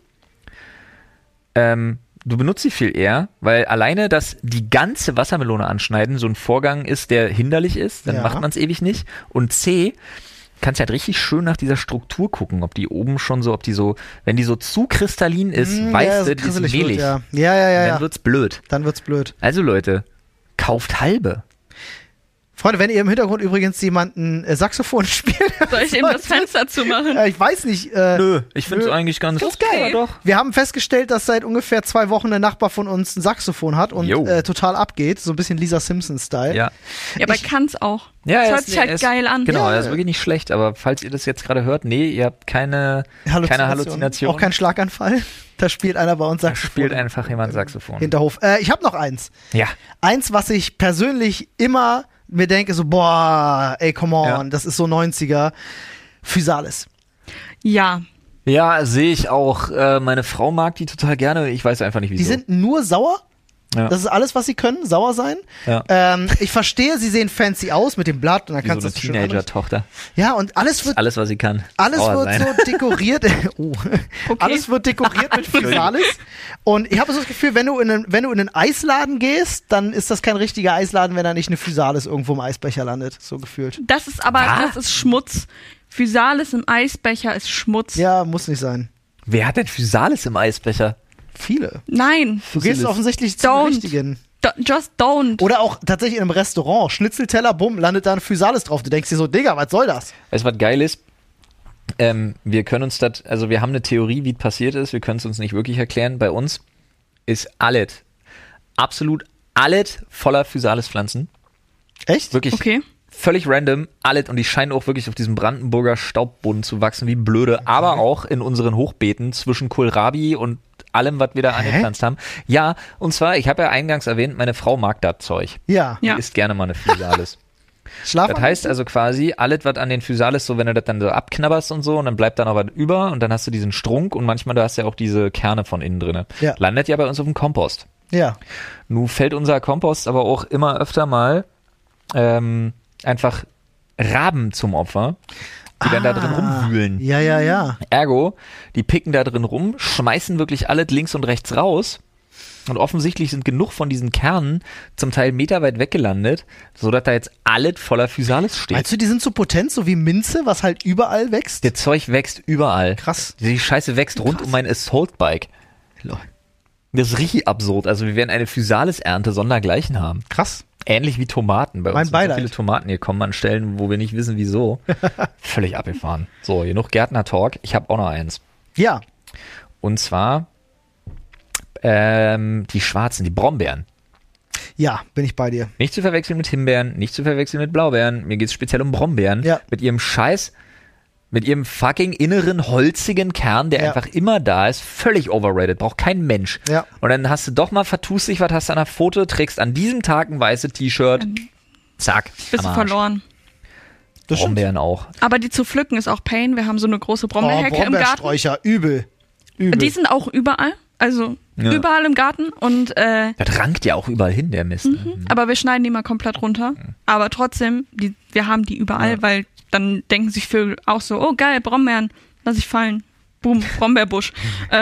du benutzt sie viel eher, weil alleine das die ganze Wassermelone anschneiden so ein Vorgang ist, der hinderlich ist, dann macht man es ewig nicht. Und C, kannst halt richtig schön nach dieser Struktur gucken, ob die oben schon so, wenn die so zu kristallin ist, weißt du, die ist mehlig. Ja. Dann wird's blöd. Also Leute, kauft halbe. Freunde, wenn ihr im Hintergrund übrigens jemanden Saxophon spielt. Soll ich eben das Fenster zumachen? Ich weiß nicht. Nö, ich finde es eigentlich ganz geil. Ja, doch. Wir haben festgestellt, dass seit ungefähr 2 Wochen ein Nachbar von uns ein Saxophon hat und total abgeht. So ein bisschen Lisa Simpson-Style. Ja, aber er kann es auch. Ja, das hört sich halt geil an. Genau, er ist wirklich nicht schlecht. Aber falls ihr das jetzt gerade hört, ihr habt keine Halluzination. Auch kein Schlaganfall. Da spielt einer bei uns Saxophon. Da spielt einfach jemand Saxophon. Hinterhof. Ich habe noch eins. Ja. Eins, was ich persönlich immer mir denke so, come on, das ist so 90er. Physalis. Ja. Ja, sehe ich auch. Meine Frau mag die total gerne. Ich weiß einfach nicht, wieso. Die sind nur sauer. Ja. Das ist alles, was sie können, sauer sein. Ja. Ich verstehe, sie sehen fancy aus mit dem Blatt. Und dann kannst so eine Teenager-Tochter. Ja, und alles wird... Alles, was sie kann. Alles wird so dekoriert. Alles wird dekoriert mit Physalis. Und ich habe so das Gefühl, wenn du in einen Eisladen gehst, dann ist das kein richtiger Eisladen, wenn da nicht eine Physalis irgendwo im Eisbecher landet. So gefühlt. Das ist Schmutz. Physalis im Eisbecher ist Schmutz. Ja, muss nicht sein. Wer hat denn Physalis im Eisbecher? Viele. Nein. Du gehst offensichtlich zum Richtigen. Just don't. Oder auch tatsächlich in einem Restaurant. Schnitzelteller, bumm, landet da ein Physalis drauf. Du denkst dir so, Digga, was soll das? Weißt du, was geil ist? Wir können uns wir haben eine Theorie, wie es passiert ist. Wir können es uns nicht wirklich erklären. Bei uns ist alles, absolut alles voller Physalis-Pflanzen. Echt? Wirklich. Okay. Völlig random, alles, und die scheinen auch wirklich auf diesem Brandenburger Staubboden zu wachsen, wie blöde, aber auch in unseren Hochbeeten zwischen Kohlrabi und allem, was wir da angepflanzt haben. Ja, und zwar, ich habe ja eingangs erwähnt, meine Frau mag das Zeug. Ja. Die isst gerne mal eine Physalis. Schlafwandel? Das heißt also quasi, alles, was an den Physalis so, wenn du das dann so abknabberst und so, und dann bleibt da noch was über und dann hast du diesen Strunk und manchmal da hast du ja auch diese Kerne von innen drin. Ja. Landet ja bei uns auf dem Kompost. Ja. Nun fällt unser Kompost aber auch immer öfter mal einfach Raben zum Opfer, die dann da drin rumwühlen. Ja. Ergo, die picken da drin rum, schmeißen wirklich alles links und rechts raus. Und offensichtlich sind genug von diesen Kernen zum Teil meterweit weggelandet, sodass da jetzt alles voller Physalis steht. Meinst du, die sind so potent, so wie Minze, was halt überall wächst? Der Zeug wächst überall. Krass. Die Scheiße wächst rund um mein Assault-Bike. Das ist richtig absurd. Also wir werden eine Physalis-Ernte sondergleichen haben. Krass. Ähnlich wie Tomaten. Bei uns sind so Beileid. viele Tomaten hier kommen an Stellen, wo wir nicht wissen, wieso. Völlig abgefahren. So, genug Gärtner-Talk. Ich habe auch noch eins. Ja. Und zwar die schwarzen, die Brombeeren. Ja, bin ich bei dir. Nicht zu verwechseln mit Himbeeren, nicht zu verwechseln mit Blaubeeren. Mir geht es speziell um Brombeeren. Ja. Mit ihrem fucking inneren, holzigen Kern, der einfach immer da ist. Völlig overrated. Braucht kein Mensch. Ja. Und dann hast du doch mal vertust dich, was hast du an der Foto, trägst an diesem Tag ein weißes T-Shirt. Zack. Bist du am Arsch. verloren. Das stimmt. Brombeeren auch. Aber die zu pflücken ist auch Pain. Wir haben so eine große Brombeerhecke im Garten. Brombeersträucher, übel. Die sind auch überall. Also Ja. überall im Garten. Und Das rankt ja auch überall hin, der Mist. Ne? aber wir schneiden die mal komplett runter. Aber trotzdem, wir haben die überall, Ja. weil dann denken sich Vögel auch so, oh geil, Brombeeren, lass ich fallen. Boom, Brombeerbusch.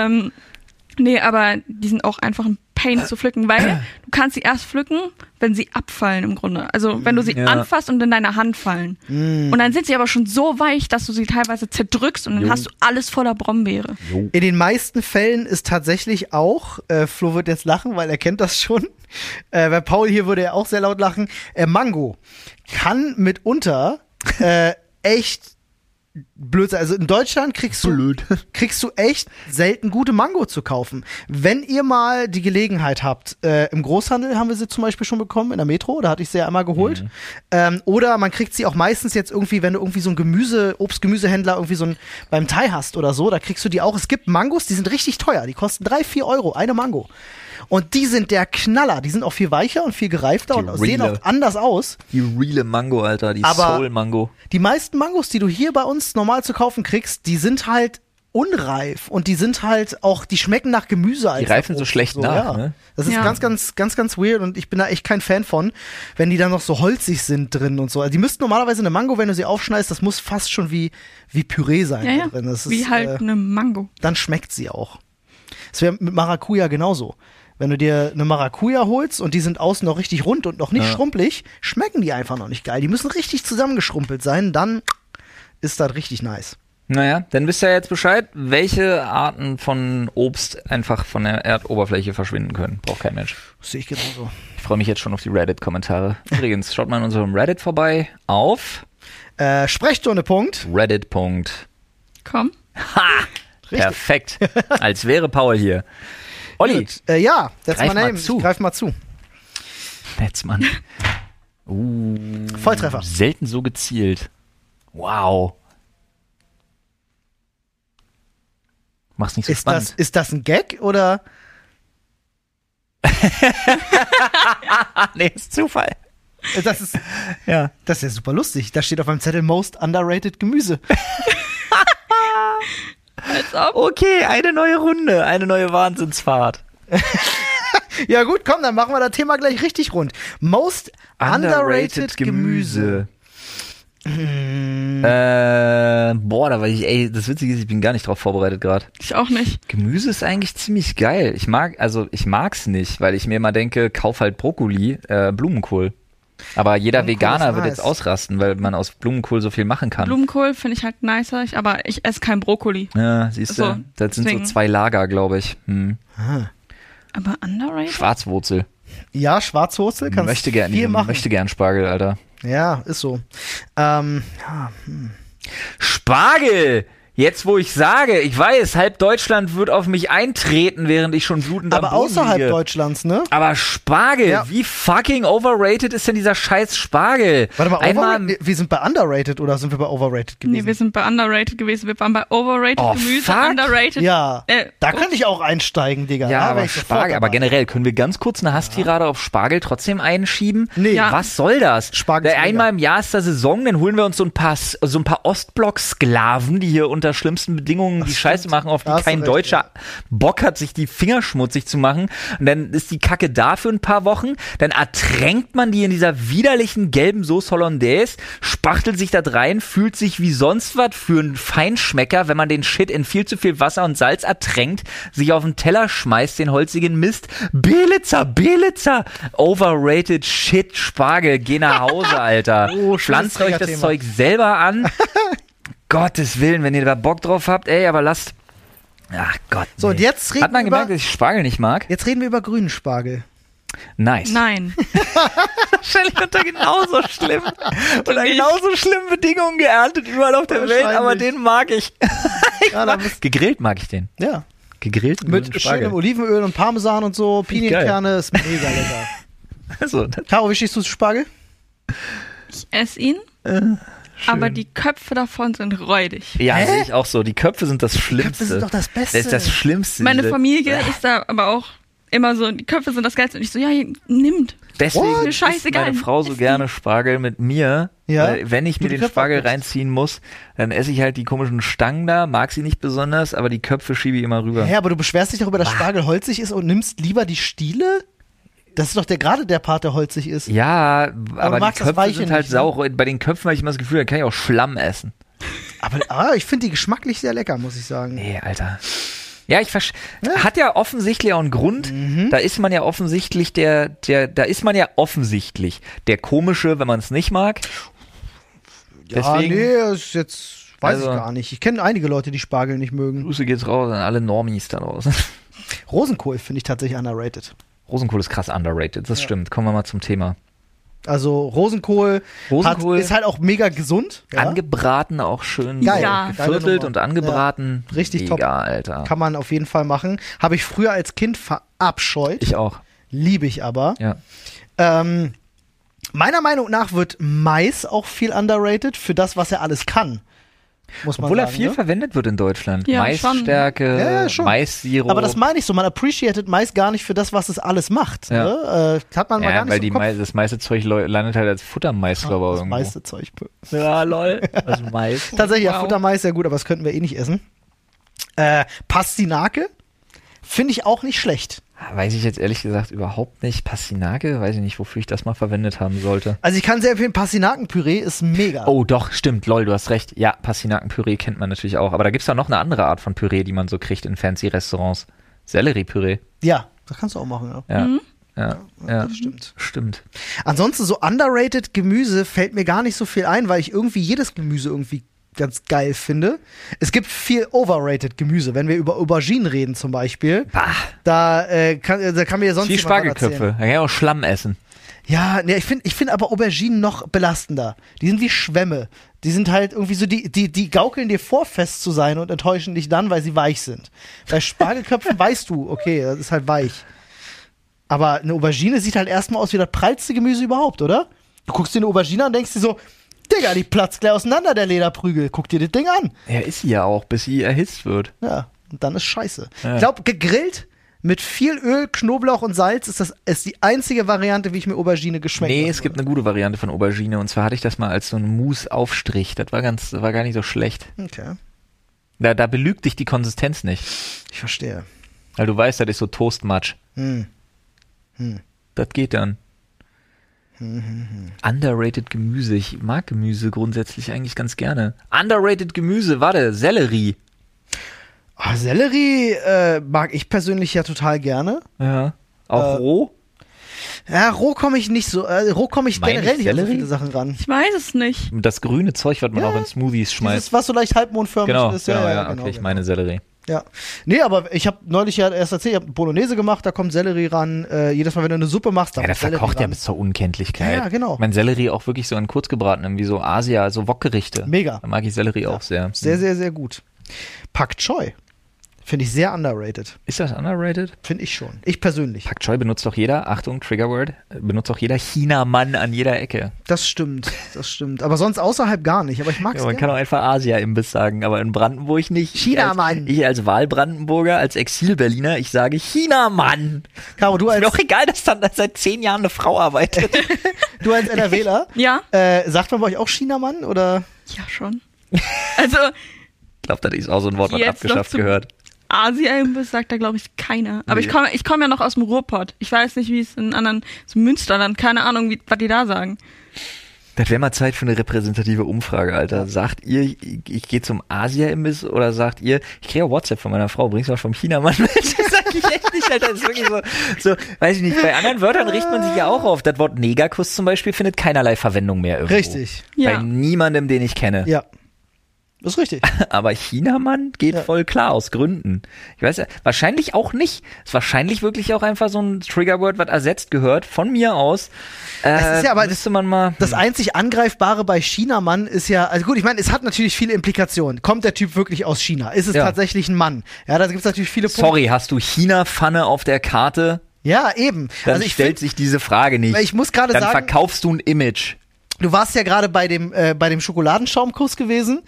Nee, aber die sind auch einfach ein Pain zu pflücken, weil du kannst sie erst pflücken, wenn sie abfallen im Grunde. Also wenn du sie Ja. anfasst und in deine Hand fallen. Und dann sind sie aber schon so weich, dass du sie teilweise zerdrückst und dann Jo. hast du alles voller Brombeere. In den meisten Fällen ist tatsächlich auch, Flo wird jetzt lachen, weil er kennt das schon. Bei Paul hier würde er auch sehr laut lachen. Mango kann mitunter echt blöd sein. Also in Deutschland kriegst du echt selten gute Mango zu kaufen. Wenn ihr mal die Gelegenheit habt, im Großhandel haben wir sie zum Beispiel schon bekommen, in der Metro, da hatte ich sie ja einmal geholt. Oder man kriegt sie auch meistens jetzt irgendwie, wenn du irgendwie so ein Obst-Gemüsehändler irgendwie so ein beim Thai hast oder so, da kriegst du die auch. Es gibt Mangos, die sind richtig teuer, die kosten 3-4 Euro, eine Mango. Und die sind der Knaller, die sind auch viel weicher und viel gereifter Die und sehen reale. auch anders aus. Die reale Mango, Alter, die Aber- Soul-Mango. Die meisten Mangos, die du hier bei uns normal zu kaufen kriegst, die sind halt unreif und die sind halt auch, die schmecken nach Gemüse. Die reifen so schlecht nach, ja. ne? Das ist Ja. ganz weird und ich bin da echt kein Fan von, wenn die dann noch so holzig sind drin und so. Also die müssten normalerweise eine Mango, wenn du sie aufschneidest, das muss fast schon wie Püree sein Ja, ja. da drin. Das Wie ist, halt eine Mango. dann schmeckt sie auch. Es wäre mit Maracuja genauso. Wenn du dir eine Maracuja holst und die sind außen noch richtig rund und noch nicht schrumpelig, schmecken die einfach noch nicht geil. Die müssen richtig zusammengeschrumpelt sein, dann ist das richtig nice. Naja, dann wisst ihr jetzt Bescheid, welche Arten von Obst einfach von der Erdoberfläche verschwinden können. Braucht kein Mensch. Das sehe ich genauso. Ich freue mich jetzt schon auf die Reddit-Kommentare. Übrigens, schaut mal in unserem Reddit vorbei auf Sprechstunde, Punkt. Reddit. Komm. Perfekt. Als wäre Paul hier. Olli, Gut. Ja, that's Greif my mal name. zu. Ich greif mal zu. Netzmann. Volltreffer. Selten so gezielt. Wow. Mach's nicht so spannend. Ist das ein Gag oder? Nee, ist Zufall. Das ist Ja. ja super lustig. Da steht auf meinem Zettel Most Underrated Gemüse. Als ob. Okay, eine neue Runde, eine neue Wahnsinnsfahrt. Ja gut, komm, dann machen wir das Thema gleich richtig rund. Most Underrated Gemüse. Boah, da war das Witzige ist, ich bin gar nicht drauf vorbereitet gerade. Ich auch nicht. Gemüse ist eigentlich ziemlich geil. Ich mag's nicht, weil ich mir immer denke, kauf halt Brokkoli, Blumenkohl. Aber jeder Blumenkohl Veganer ist wird nice. jetzt ausrasten, weil man aus Blumenkohl so viel machen kann. Blumenkohl finde ich halt nicer, aber ich esse kein Brokkoli. Ja, siehst du, So, das sind deswegen. so zwei Lager, glaube ich. Aber underrated? Schwarzwurzel. Ja, Schwarzwurzel kannst Möchte gern, viel machen. möchte gern Spargel, Alter. Ja, ist so. Spargel! Jetzt, wo ich sage, ich weiß, halb Deutschland wird auf mich eintreten, während ich schon blutend am Aber Boden außerhalb liege. Deutschlands, ne? Aber Spargel, wie fucking overrated ist denn dieser scheiß Spargel? Warte mal, wir sind bei underrated oder sind wir bei overrated gewesen? Nee, wir sind bei underrated gewesen. Wir waren bei overrated Gemüse, fuck. underrated. Ja, da könnte ich auch einsteigen, Digga. Ja, Da wär aber ich sofort Spargel, aber dabei. generell, können wir ganz kurz eine Hasstirade auf Spargel trotzdem einschieben? Nee. Ja. Was soll das? Spargel ist mega. Einmal im Jahr ist da Saison, dann holen wir uns so ein paar Ostblock-Sklaven, die hier unter schlimmsten Bedingungen die Scheiße machen, auf die Da hast du kein recht, Deutscher Bock hat, sich die Finger schmutzig zu machen. Und dann ist die Kacke da für ein paar Wochen, dann ertränkt man die in dieser widerlichen gelben Sauce Hollandaise, spachtelt sich da rein, fühlt sich wie sonst was für einen Feinschmecker, wenn man den Shit in viel zu viel Wasser und Salz ertränkt, sich auf den Teller schmeißt, den holzigen Mist. Belitzer, overrated Shit, Spargel, geh nach Hause, Alter. Oh, schönes Pflanzt euch das Trägerthema. Zeug selber an. Gottes Willen, wenn ihr da Bock drauf habt, ey, aber lasst... Ach Gott. So, und jetzt reden Hat man wir gemerkt, über, dass ich Spargel nicht mag? jetzt reden wir über grünen Spargel. Nice. Nein. Wahrscheinlich unter genauso schlimm. Unter genauso schlimmen Bedingungen geerntet überall auf der Welt, aber Wahrscheinlich. den mag ich. Ja, da bist, Gegrillt mag ich den. ja. Gegrillt Mit schönem Olivenöl und Parmesan und so, Pinienkerne, ist mega lecker. Also, Caro, wie stehst du zu Spargel? Ich esse ihn, aber die Köpfe davon sind räudig. ja, sehe ich auch so. Die Köpfe sind das Schlimmste. Köpfe sind doch das Beste. Das ist das Schlimmste. Meine diese- Familie ist da aber auch immer so, die Köpfe sind das Geilste. Und ich so, ja, nimmt. Deswegen Mir isst scheißegal. meine Frau so gerne Spargel mit mir, Ja. weil wenn ich mir Du die den Köpfe Spargel abgibst. reinziehen muss, dann esse ich halt die komischen Stangen da, mag sie nicht besonders, aber die Köpfe schiebe ich immer rüber. Ja, aber du beschwerst dich darüber, dass Spargel holzig ist und nimmst lieber die Stiele? Das ist doch gerade der Part, der holzig ist. Ja, aber die magst das Köpfe Weiche sind halt nicht, ne? sauer. Bei den Köpfen habe ich immer das Gefühl, da kann ich auch Schlamm essen. Aber ich finde die geschmacklich sehr lecker, muss ich sagen. Nee, Alter. Ja, hat ja offensichtlich auch einen Grund. Da ist man ja offensichtlich da ist man ja offensichtlich der Komische, wenn man es nicht mag. Deswegen, nee, ist jetzt, weiß Also- ich gar nicht. Ich kenne einige Leute, die Spargel nicht mögen. Grüße geht's raus an alle Normies da draußen. Rosenkohl finde ich tatsächlich underrated. Rosenkohl ist krass underrated, das stimmt. Kommen wir mal zum Thema. Also Rosenkohl, ist halt auch mega gesund. Ja? Angebraten auch schön Geil. so Ja. geviertelt Geile Nummer. und angebraten. Ja, richtig Mega, top. Alter. Kann man auf jeden Fall machen. Habe ich früher als Kind verabscheut. Ich auch. Liebe ich aber. Ja. Meiner Meinung nach wird Mais auch viel underrated für das, was er alles kann. Muss man Obwohl sagen, er viel ne? verwendet wird in Deutschland. Ja, Maisstärke, Ja, schon. Mais-Sirup. Aber das meine ich so, man appreciated Mais gar nicht für das, was es alles macht. Ja. Ne? Hat man mal gar ja, nicht weil so die im Kopf. das meiste Zeug landet halt als Futtermais, glaube ich, Das irgendwo. meiste Zeug. Ja, lol. Das Mais. Tatsächlich, ja, Wow. Futtermais, ja gut, aber das könnten wir eh nicht essen. Pastinake finde ich auch nicht schlecht. Weiß ich jetzt ehrlich gesagt überhaupt nicht. Pastinake, weiß ich nicht, wofür ich das mal verwendet haben sollte. Also ich kann sehr empfehlen, Pastinakenpüree ist mega. Oh, doch, stimmt, lol, du hast recht. Ja, Pastinakenpüree kennt man natürlich auch. Aber da gibt's doch noch eine andere Art von Püree, die man so kriegt in fancy Restaurants. Selleriepüree. Ja, das kannst du auch machen, ja. Ja. Ja, ja, Das stimmt. Stimmt. Ansonsten so underrated Gemüse fällt mir gar nicht so viel ein, weil ich irgendwie jedes Gemüse irgendwie ganz geil finde. Es gibt viel overrated Gemüse. Wenn wir über Auberginen reden zum Beispiel, da kann mir ja sonst Viel jemand was Spargelköpfe. erzählen. Da kann ja auch Schlamm essen. Ja, ne, ich find aber Auberginen noch belastender. Die sind wie Schwämme. Die sind halt irgendwie so, die gaukeln dir vor, fest zu sein und enttäuschen dich dann, weil sie weich sind. Bei Spargelköpfen weißt du, okay, das ist halt weich. Aber eine Aubergine sieht halt erstmal aus wie das prallste Gemüse überhaupt, oder? Du guckst dir eine Aubergine an und denkst dir so, Digga, die platzt gleich auseinander, der Lederprügel. Guck dir das Ding an. Ja, ist sie ja auch, bis sie erhitzt wird. Ja, und dann ist scheiße. Ja. Ich glaube, gegrillt mit viel Öl, Knoblauch und Salz ist die einzige Variante, wie ich mir Aubergine geschmeckt habe. Nee, es gibt eine gute Variante von Aubergine. Und zwar hatte ich das mal als so einen Mousse-Aufstrich. Das war gar nicht so schlecht. Okay, Da belügt dich die Konsistenz nicht. ich verstehe. Weil du weißt, das ist so Toastmatsch. Hm. Das geht dann. Underrated Gemüse. Ich mag Gemüse grundsätzlich eigentlich ganz gerne. Underrated Gemüse, warte, Sellerie. Sellerie mag ich persönlich ja total gerne. Ja. Auch roh? Ja, roh komme ich nicht so, roh komme ich Meine generell nicht an so Sellerie? viele Sachen ran. Ich weiß es nicht. Das grüne Zeug, was man auch in Smoothies schmeißt. Dieses, was so leicht halbmondförmig Genau, ist. genau, Ja, okay, ich meine Sellerie. Ja. Nee, aber ich habe neulich ja erst erzählt, ich habe Bolognese gemacht, da kommt Sellerie ran. Jedes Mal, wenn du eine Suppe machst, da Ja, der kommt Sellerie verkocht ja ran. bis zur Unkenntlichkeit. Ja, genau. Mein Sellerie auch wirklich so in kurzgebraten, wie so Asia, so Wokgerichte. Mega. Da mag ich Sellerie auch sehr. Sehr, sehr, sehr gut. Pak Choi. Finde ich sehr underrated. Ist das underrated? Finde ich schon. Ich persönlich. Pak Choi benutzt doch jeder, Achtung, Triggerword, benutzt doch jeder Chinamann an jeder Ecke. Das stimmt. Aber sonst außerhalb gar nicht. Aber ich mag es Man kann auch einfach Asia-Imbiss sagen, aber in Brandenburg nicht. Chinamann. Ich als Wahlbrandenburger, als Exil-Berliner, ich sage Chinamann. Caro, du als... Ist mir doch egal, dass dann seit 10 Jahren eine Frau arbeitet. Du als NRWler? Ja. Sagt man bei euch auch Chinamann, oder? Ja, schon. Also... Ich glaube, das ist auch so ein Wort, was abgeschafft gehört. Asia-Imbiss sagt da, glaube ich, keiner. Aber ich komm ja noch aus dem Ruhrpott. Ich weiß nicht, wie es in anderen, so Münsterland, keine Ahnung, was die da sagen. Das wäre mal Zeit für eine repräsentative Umfrage, Alter. Sagt ihr, ich gehe zum Asia-Imbiss oder sagt ihr, ich kriege ja WhatsApp von meiner Frau, bringst du was vom Chinamann mit? Das sag ich echt nicht, Alter. Das ist wirklich so, weiß ich nicht, bei anderen Wörtern riecht man sich ja auch auf. Das Wort Negerkuss zum Beispiel findet keinerlei Verwendung mehr irgendwo. Richtig. Ja. Bei niemandem, den ich kenne. Ja. Das ist richtig. Aber Chinamann geht voll klar, aus Gründen. Ich weiß ja, wahrscheinlich auch nicht. Ist wahrscheinlich wirklich auch einfach so ein Triggerword, was ersetzt gehört, von mir aus. Es ist ja aber müsste man mal. Das einzig Angreifbare bei Chinamann ist ja, also gut, ich meine, es hat natürlich viele Implikationen. Kommt der Typ wirklich aus China? Ist es tatsächlich ein Mann? Ja, da gibt es natürlich viele Punkte. Sorry, hast du China-Pfanne auf der Karte? Ja, eben. Dann also stellt sich diese Frage nicht. Ich muss gerade sagen, dann verkaufst du ein Image. Du warst ja gerade bei dem Schokoladenschaumkuss gewesen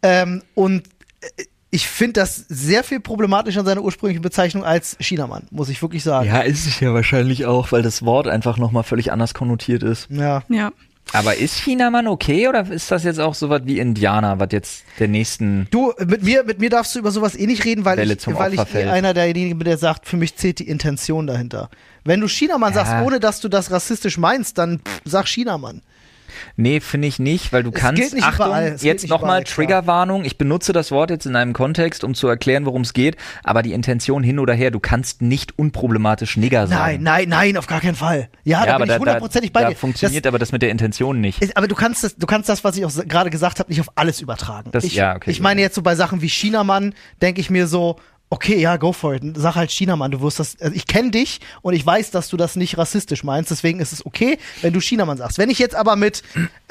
und ich finde das sehr viel problematischer an seiner ursprünglichen Bezeichnung als Chinamann, muss ich wirklich sagen. Ja, ist es ja wahrscheinlich auch, weil das Wort einfach nochmal völlig anders konnotiert ist. Ja. Aber ist Chinamann okay oder ist das jetzt auch sowas wie Indianer, was jetzt der nächsten... Du, mit mir darfst du über sowas eh nicht reden, weil Welle ich einer derjenigen bin, der sagt, für mich zählt die Intention dahinter. Wenn du Chinamann sagst, ohne dass du das rassistisch meinst, dann sag Chinamann. Nee, finde ich nicht, weil du kannst, Achtung, jetzt nochmal Triggerwarnung, ich benutze das Wort jetzt in einem Kontext, um zu erklären, worum es geht, aber die Intention hin oder her, du kannst nicht unproblematisch Nigger sagen. Nein, auf gar keinen Fall. Ja, da bin ich 100%ig bei dir. Da funktioniert aber das mit der Intention nicht. Aber du kannst das, was ich auch gerade gesagt habe, nicht auf alles übertragen. Ich meine jetzt so bei Sachen wie Chinamann, denke ich mir so, okay, ja, go for it. Sag halt Chinamann, du wirst das, also ich kenne dich und ich weiß, dass du das nicht rassistisch meinst, deswegen ist es okay, wenn du Chinamann sagst. Wenn ich jetzt aber mit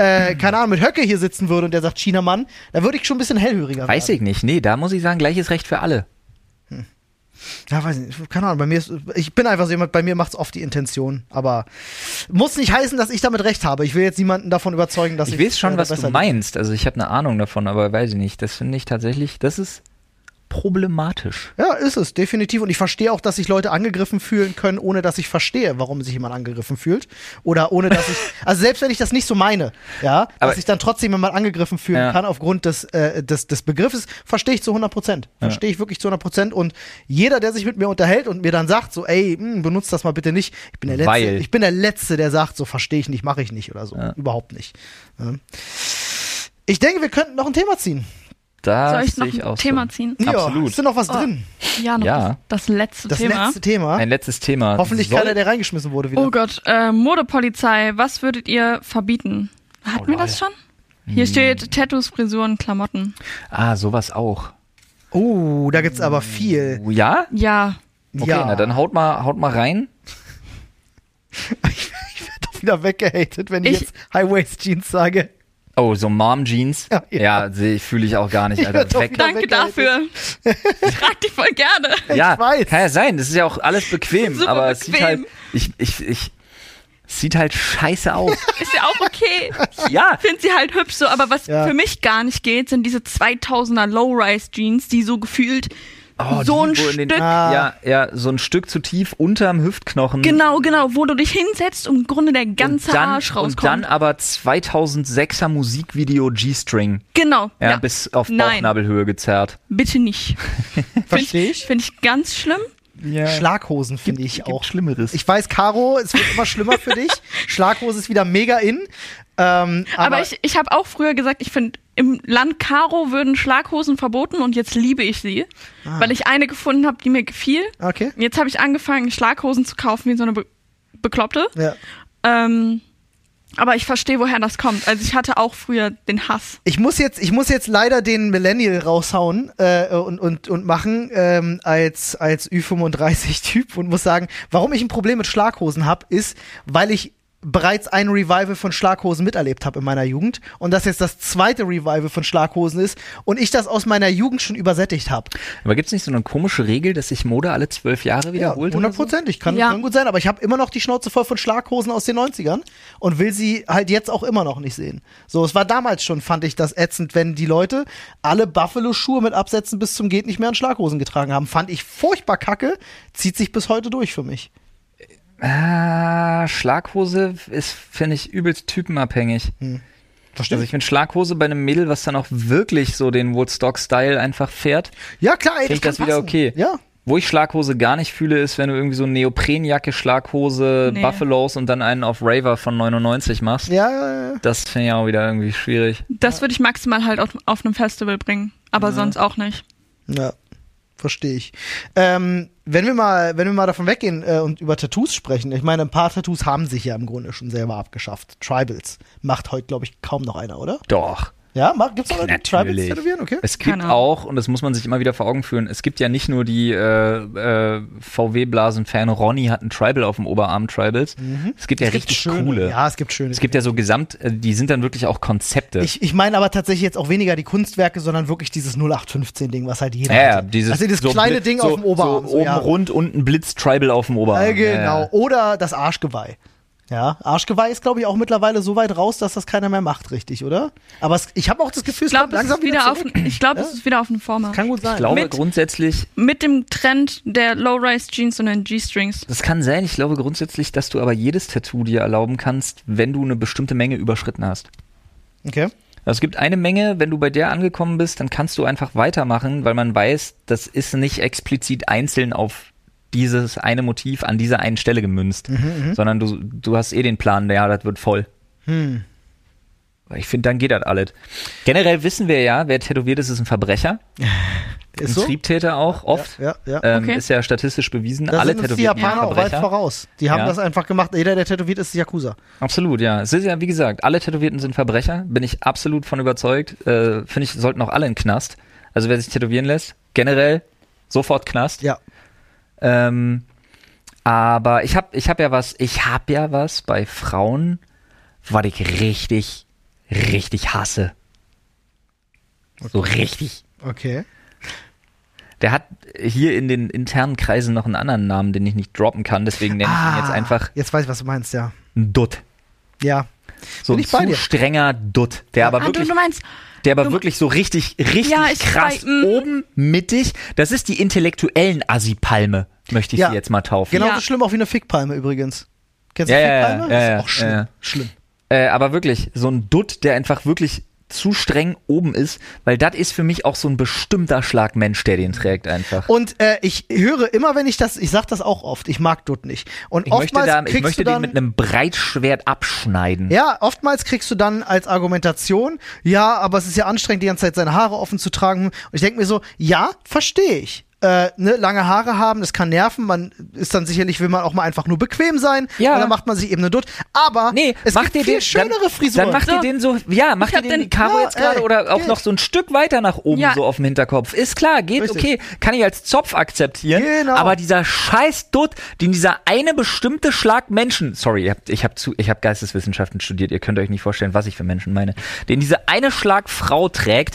Höcke hier sitzen würde und der sagt Chinamann, dann würde ich schon ein bisschen hellhöriger werden. Weiß ich nicht, nee, da muss ich sagen, gleiches Recht für alle. Ja, weiß nicht, keine Ahnung, ich bin einfach so jemand, bei mir macht es oft die Intention, aber muss nicht heißen, dass ich damit recht habe. Ich will jetzt niemanden davon überzeugen, dass ich weiß schon, was du meinst, also ich habe eine Ahnung davon, aber weiß ich nicht, das finde ich tatsächlich, das ist problematisch. Ja, ist es, definitiv. Und ich verstehe auch, dass sich Leute angegriffen fühlen können, ohne dass ich verstehe, warum sich jemand angegriffen fühlt. Oder ohne, dass ich, also selbst wenn ich das nicht so meine, ja, dass ich dann trotzdem jemand angegriffen fühlen kann aufgrund des Begriffes, verstehe ich zu 100%. Verstehe ich wirklich zu 100%. Und jeder, der sich mit mir unterhält und mir dann sagt, so, ey, benutzt das mal bitte nicht. Ich bin der Letzte, der sagt, so, verstehe ich nicht, mache ich nicht oder so. Ja. Überhaupt nicht. Ja. Ich denke, wir könnten noch ein Thema ziehen. Soll ich noch ein Thema ziehen? Ja, absolut. Ist da noch was drin? Ja, noch das letzte Thema. Das letzte Thema? Ein letztes Thema. Hoffentlich keiner, der reingeschmissen wurde wieder. Oh Gott, Modepolizei, was würdet ihr verbieten? Hatten wir das schon? Hier steht Tattoos, Frisuren, Klamotten. Ah, sowas auch. Oh, da gibt's aber viel. Ja? Ja. Okay, na dann haut mal rein. Ich werde doch wieder weggehatet, wenn ich jetzt High-Waist-Jeans sage. Oh, so Mom-Jeans? Ja, fühle ich auch gar nicht, Alter. Danke dafür. Ich trage die voll gerne. Ja, ich weiß. Kann ja sein. Das ist ja auch alles bequem. Super aber bequem. Es sieht halt scheiße aus. Ist ja auch okay. Ja. Ich finde sie halt hübsch so, aber was für mich gar nicht geht, sind diese 2000er Low-Rise-Jeans, die so gefühlt so ein Stück. So ein Stück zu tief unterm Hüftknochen. Genau, wo du dich hinsetzt und im Grunde der ganze Arsch rauskommt. Und dann aber 2006er Musikvideo G-String. Genau. Ja, bis auf Bauchnabelhöhe gezerrt. Bitte nicht. Verstehe ich. Finde ich ganz schlimm. Ja. Schlaghosen finde ich auch. Schlimmeres. Ich weiß, Caro, es wird immer schlimmer für dich. Schlaghose ist wieder mega in. Aber ich habe auch früher gesagt, ich finde, im Land Caro würden Schlaghosen verboten und jetzt liebe ich sie, weil ich eine gefunden habe, die mir gefiel. Okay. Jetzt habe ich angefangen, Schlaghosen zu kaufen wie so eine Bekloppte. Ja. Aber ich verstehe, woher das kommt. Also ich hatte auch früher den Hass. Ich muss jetzt leider den Millennial raushauen und machen als Ü35-Typ und muss sagen, warum ich ein Problem mit Schlaghosen habe, ist, weil ich bereits ein Revival von Schlaghosen miterlebt habe in meiner Jugend und das jetzt das zweite Revival von Schlaghosen ist und ich das aus meiner Jugend schon übersättigt habe. Aber gibt es nicht so eine komische Regel, dass sich Mode alle 12 Jahre wiederholt? 100%. Kann gut sein, aber ich habe immer noch die Schnauze voll von Schlaghosen aus den 90ern und will sie halt jetzt auch immer noch nicht sehen. So, es war damals schon, fand ich das ätzend, wenn die Leute alle Buffalo-Schuhe mit Absätzen bis zum geht nicht mehr an Schlaghosen getragen haben. Fand ich furchtbar kacke, zieht sich bis heute durch für mich. Schlaghose ist, finde ich, übelst typenabhängig. Verstehe. Also ich finde Schlaghose bei einem Mädel, was dann auch wirklich so den Woodstock-Style einfach fährt, Ja, klar, ey, finde ich das wieder passen. okay. Ja. Wo ich Schlaghose gar nicht fühle, ist, wenn du irgendwie so eine Neoprenjacke, Schlaghose, Nee. Buffalos und dann einen auf Raver von 99 machst. Ja. Das finde ich auch wieder irgendwie schwierig. Das würde ich maximal halt auf einem Festival bringen, aber sonst auch nicht. Ja, verstehe ich. Wenn wir mal davon weggehen und über Tattoos sprechen, ich meine, ein paar Tattoos haben sich ja im Grunde schon selber abgeschafft. Tribals macht heute, glaube ich, kaum noch einer, oder? Doch. Ja, gibt's noch Leute, die Tribals Natürlich. tätowieren? Okay. Es gibt Keine Ahnung. auch, und das muss man sich immer wieder vor Augen führen, es gibt ja nicht nur die VW-Blasen-Fan Ronny hat ein Tribal auf dem Oberarm, Tribals. Es gibt ja richtig schöne. coole. Ja, es gibt schöne. Es gibt ja so die sind dann wirklich auch Konzepte. Ich meine aber tatsächlich jetzt auch weniger die Kunstwerke, sondern wirklich dieses 0815-Ding, was halt jeder ja, hat. dieses Also das so kleine Ding auf dem Oberarm. So oben ja. rund, unten Blitz, Tribal auf dem Oberarm. Genau. Ja. Oder das Arschgeweih. Ja, Arschgeweih ist, glaube ich, auch mittlerweile so weit raus, dass das keiner mehr macht, richtig, oder? Aber ich habe auch das Gefühl, Ich glaube, es langsam ist wieder zurück. es ist wieder auf eine Form. Kann gut sein. Ich glaube Mit- grundsätzlich, Mit dem Trend der Low-Rise-Jeans und den G-Strings. das kann sein, ich glaube grundsätzlich, dass du aber jedes Tattoo dir erlauben kannst, wenn du eine bestimmte Menge überschritten hast. Okay. Also es gibt eine Menge, wenn du bei der angekommen bist, dann kannst du einfach weitermachen, weil man weiß, das ist nicht explizit einzeln auf dieses eine Motiv an dieser einen Stelle gemünzt, sondern du hast den Plan, ja, das wird voll. Ich finde, dann geht das alles. Generell wissen wir ja, wer tätowiert ist ein Verbrecher. Ist Ein so? Triebtäter auch, oft. Ja. Okay. Ist ja statistisch bewiesen. Da Alle sind uns die Tätowierten Japaner auch weit Verbrecher. voraus. Die haben Ja. das einfach gemacht. Jeder, der tätowiert ist, ist Yakuza. Absolut, ja. Es ist ja, wie gesagt, alle Tätowierten sind Verbrecher. Bin ich absolut von überzeugt. Finde ich, sollten auch alle in den Knast. Also wer sich tätowieren lässt, generell sofort Knast. Ja. Aber ich hab ja was bei Frauen, was ich richtig, richtig hasse. So richtig. Okay. Der hat hier in den internen Kreisen noch einen anderen Namen, den ich nicht droppen kann, deswegen nenne ich ihn jetzt einfach Jetzt weiß ich, was du meinst, ja. Dutt. Ja. So Bin ein ich bei zu dir. strenger Dutt, der aber wirklich du meinst, wirklich so richtig Ja, ich krass weiß, oben mittig. Das ist die intellektuellen Assi-Palme, möchte ich Ja. sie jetzt mal taufen. Genauso Ja. schlimm auch wie eine Fickpalme übrigens. Kennst du Ja, ja, Fickpalme? ja, Das ja, ist auch schlimm. ja. Schlimm. Aber wirklich, so ein Dutt, der einfach wirklich zu streng oben ist, weil das ist für mich auch so ein bestimmter Schlag Mensch, der den trägt einfach. Und ich höre immer, wenn ich sag das auch oft, ich mag Dutt nicht. Und Ich möchte, oftmals ich möchte du dann, den mit einem Breitschwert abschneiden. ja, oftmals kriegst du dann als Argumentation, ja, aber es ist ja anstrengend, die ganze Zeit seine Haare offen zu tragen. Und ich denke mir so, ja, verstehe ich. Lange Haare haben, das kann nerven, man ist dann sicherlich, will man auch mal einfach nur bequem sein, Ja. und dann macht man sich eben eine Dutt, aber Nee, es mach gibt dir viel den, schönere Frisuren. Dann mach dir den so, ja, mach Ich dir hab den den- wie Caro Ja, jetzt gerade ey, oder auch geht. noch so ein Stück weiter nach oben Ja. so auf dem Hinterkopf. Ist klar, geht, Richtig. okay, kann ich als Zopf akzeptieren, Genau. aber dieser scheiß Dutt, den dieser eine bestimmte Schlag Menschen, sorry, ich hab Geisteswissenschaften studiert, ihr könnt euch nicht vorstellen, was ich für Menschen meine, den diese eine Schlag Frau trägt.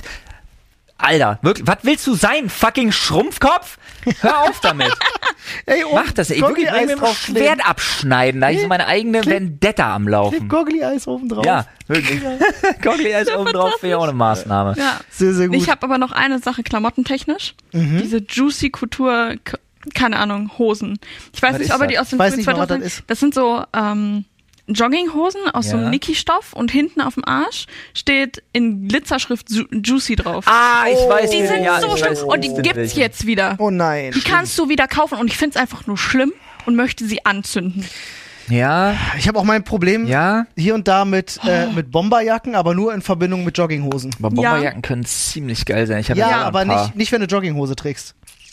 Alter, wirklich, was willst du sein? Fucking Schrumpfkopf? Hör auf damit. Ey, Mach das. Ich wirklich will mir mit dem Schwert abschneiden. Da ist so meine eigene Vendetta am Laufen. Goggly-Eis oben drauf. Ja, wirklich. Goggly ist oben drauf wäre auch eine Maßnahme. ja. Sehr, sehr gut. Ich habe aber noch eine Sache klamottentechnisch. Diese Juicy Couture, keine Ahnung, Hosen. Ich weiß Was nicht, ist ob ihr das? die aus dem Ich weiß frühen nicht mal, was 2000 das ist. Das sind so Jogginghosen aus so Ja. einem Niki-Stoff und hinten auf dem Arsch steht in Glitzerschrift Juicy drauf. Ah, ich weiß. Die sind ja, so ich schlimm weiß, und die sind gibt's welche. jetzt wieder. Oh nein. Die kannst du wieder kaufen und ich find's einfach nur schlimm und möchte sie anzünden. Ja, Ich habe auch mein Problem ja. hier und da mit Bomberjacken, aber nur in Verbindung mit Jogginghosen. Aber Bomberjacken können ziemlich geil sein. Ich habe Ja, ja aber ein paar. nicht, wenn du Jogginghose trägst.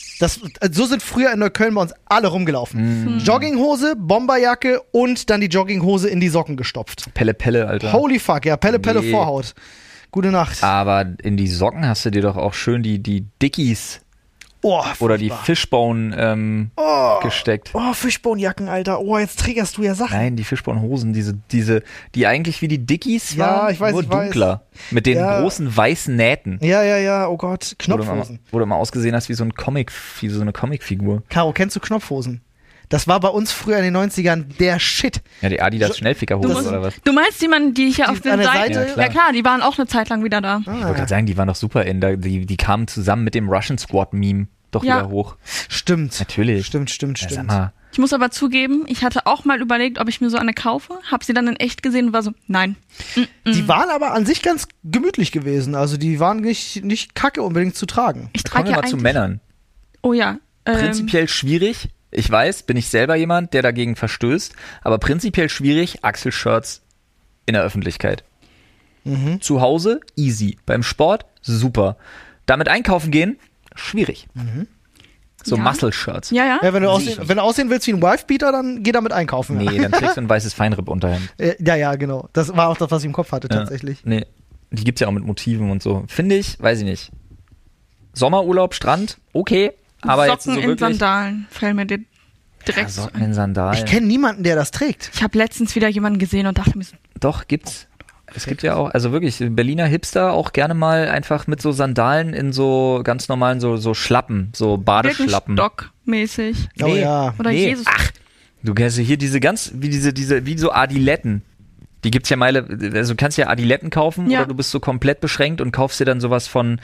So sind früher in Neukölln bei uns alle rumgelaufen. Jogginghose, Bomberjacke und dann die Jogginghose in die Socken gestopft. Pelle, Alter. Holy fuck, ja, Pelle Nee. Vorhaut. Gute Nacht. Aber in die Socken hast du dir doch auch schön die Dickies. Oder die Fishbone gesteckt. Oh, Fishbone-Jacken, Alter. Oh, jetzt triggerst du ja Sachen. Nein, die Fishbone-Hosen, die eigentlich wie die Dickies waren, ich weiß, nur dunkler. Mit den großen weißen Nähten. Ja, oh Gott, Knopfhosen. Wo du mal ausgesehen hast wie so eine Comicfigur. Caro, kennst du Knopfhosen? Das war bei uns früher in den 90ern der Shit. Ja, die Adidas Schnellfickerhose oder was? Du meinst die hier auf der Seite? Ja klar, die waren auch eine Zeit lang wieder da. Ich wollte gerade sagen, die waren doch super die kamen zusammen mit dem Russian Squad-Meme doch wieder hoch. Stimmt. Natürlich. Stimmt. Ja, sag mal. Ich muss aber zugeben, ich hatte auch mal überlegt, ob ich mir so eine kaufe, hab sie dann in echt gesehen und war so, nein. Die waren aber an sich ganz gemütlich gewesen. Also die waren nicht kacke unbedingt zu tragen. Ich trage ja mal zu Männern. Oh ja. Prinzipiell schwierig. Ich weiß, bin ich selber jemand, der dagegen verstößt, aber prinzipiell schwierig, Achselshirts in der Öffentlichkeit. Zu Hause, easy. Beim Sport, super. Damit einkaufen gehen, schwierig. So Muscle-Shirts. Ja. Wenn du aussehen willst wie ein Wife-Beater, dann geh damit einkaufen. Nee, dann trägst du ein weißes Feinripp-Unterhemd. Ja, genau. Das war auch das, was ich im Kopf hatte, tatsächlich. Nee, die gibt's ja auch mit Motiven und so. Finde ich, weiß ich nicht. Sommerurlaub, Strand, okay. Aber Socken jetzt so in wirklich, Sandalen, fallen mir direkt Socken in Sandalen. Ich kenne niemanden, der das trägt. Ich habe letztens wieder jemanden gesehen und dachte mir so, Doch, gibt's. Es gibt ja auch, also wirklich, Berliner Hipster auch gerne mal einfach mit so Sandalen in so ganz normalen so Schlappen, so Badeschlappen. Birkenstock-mäßig. Oh ja. Oder Jesus. Ach, du kennst hier wie so Adiletten. Die gibt's ja mal, also du kannst ja Adiletten kaufen oder du bist so komplett beschränkt und kaufst dir dann sowas von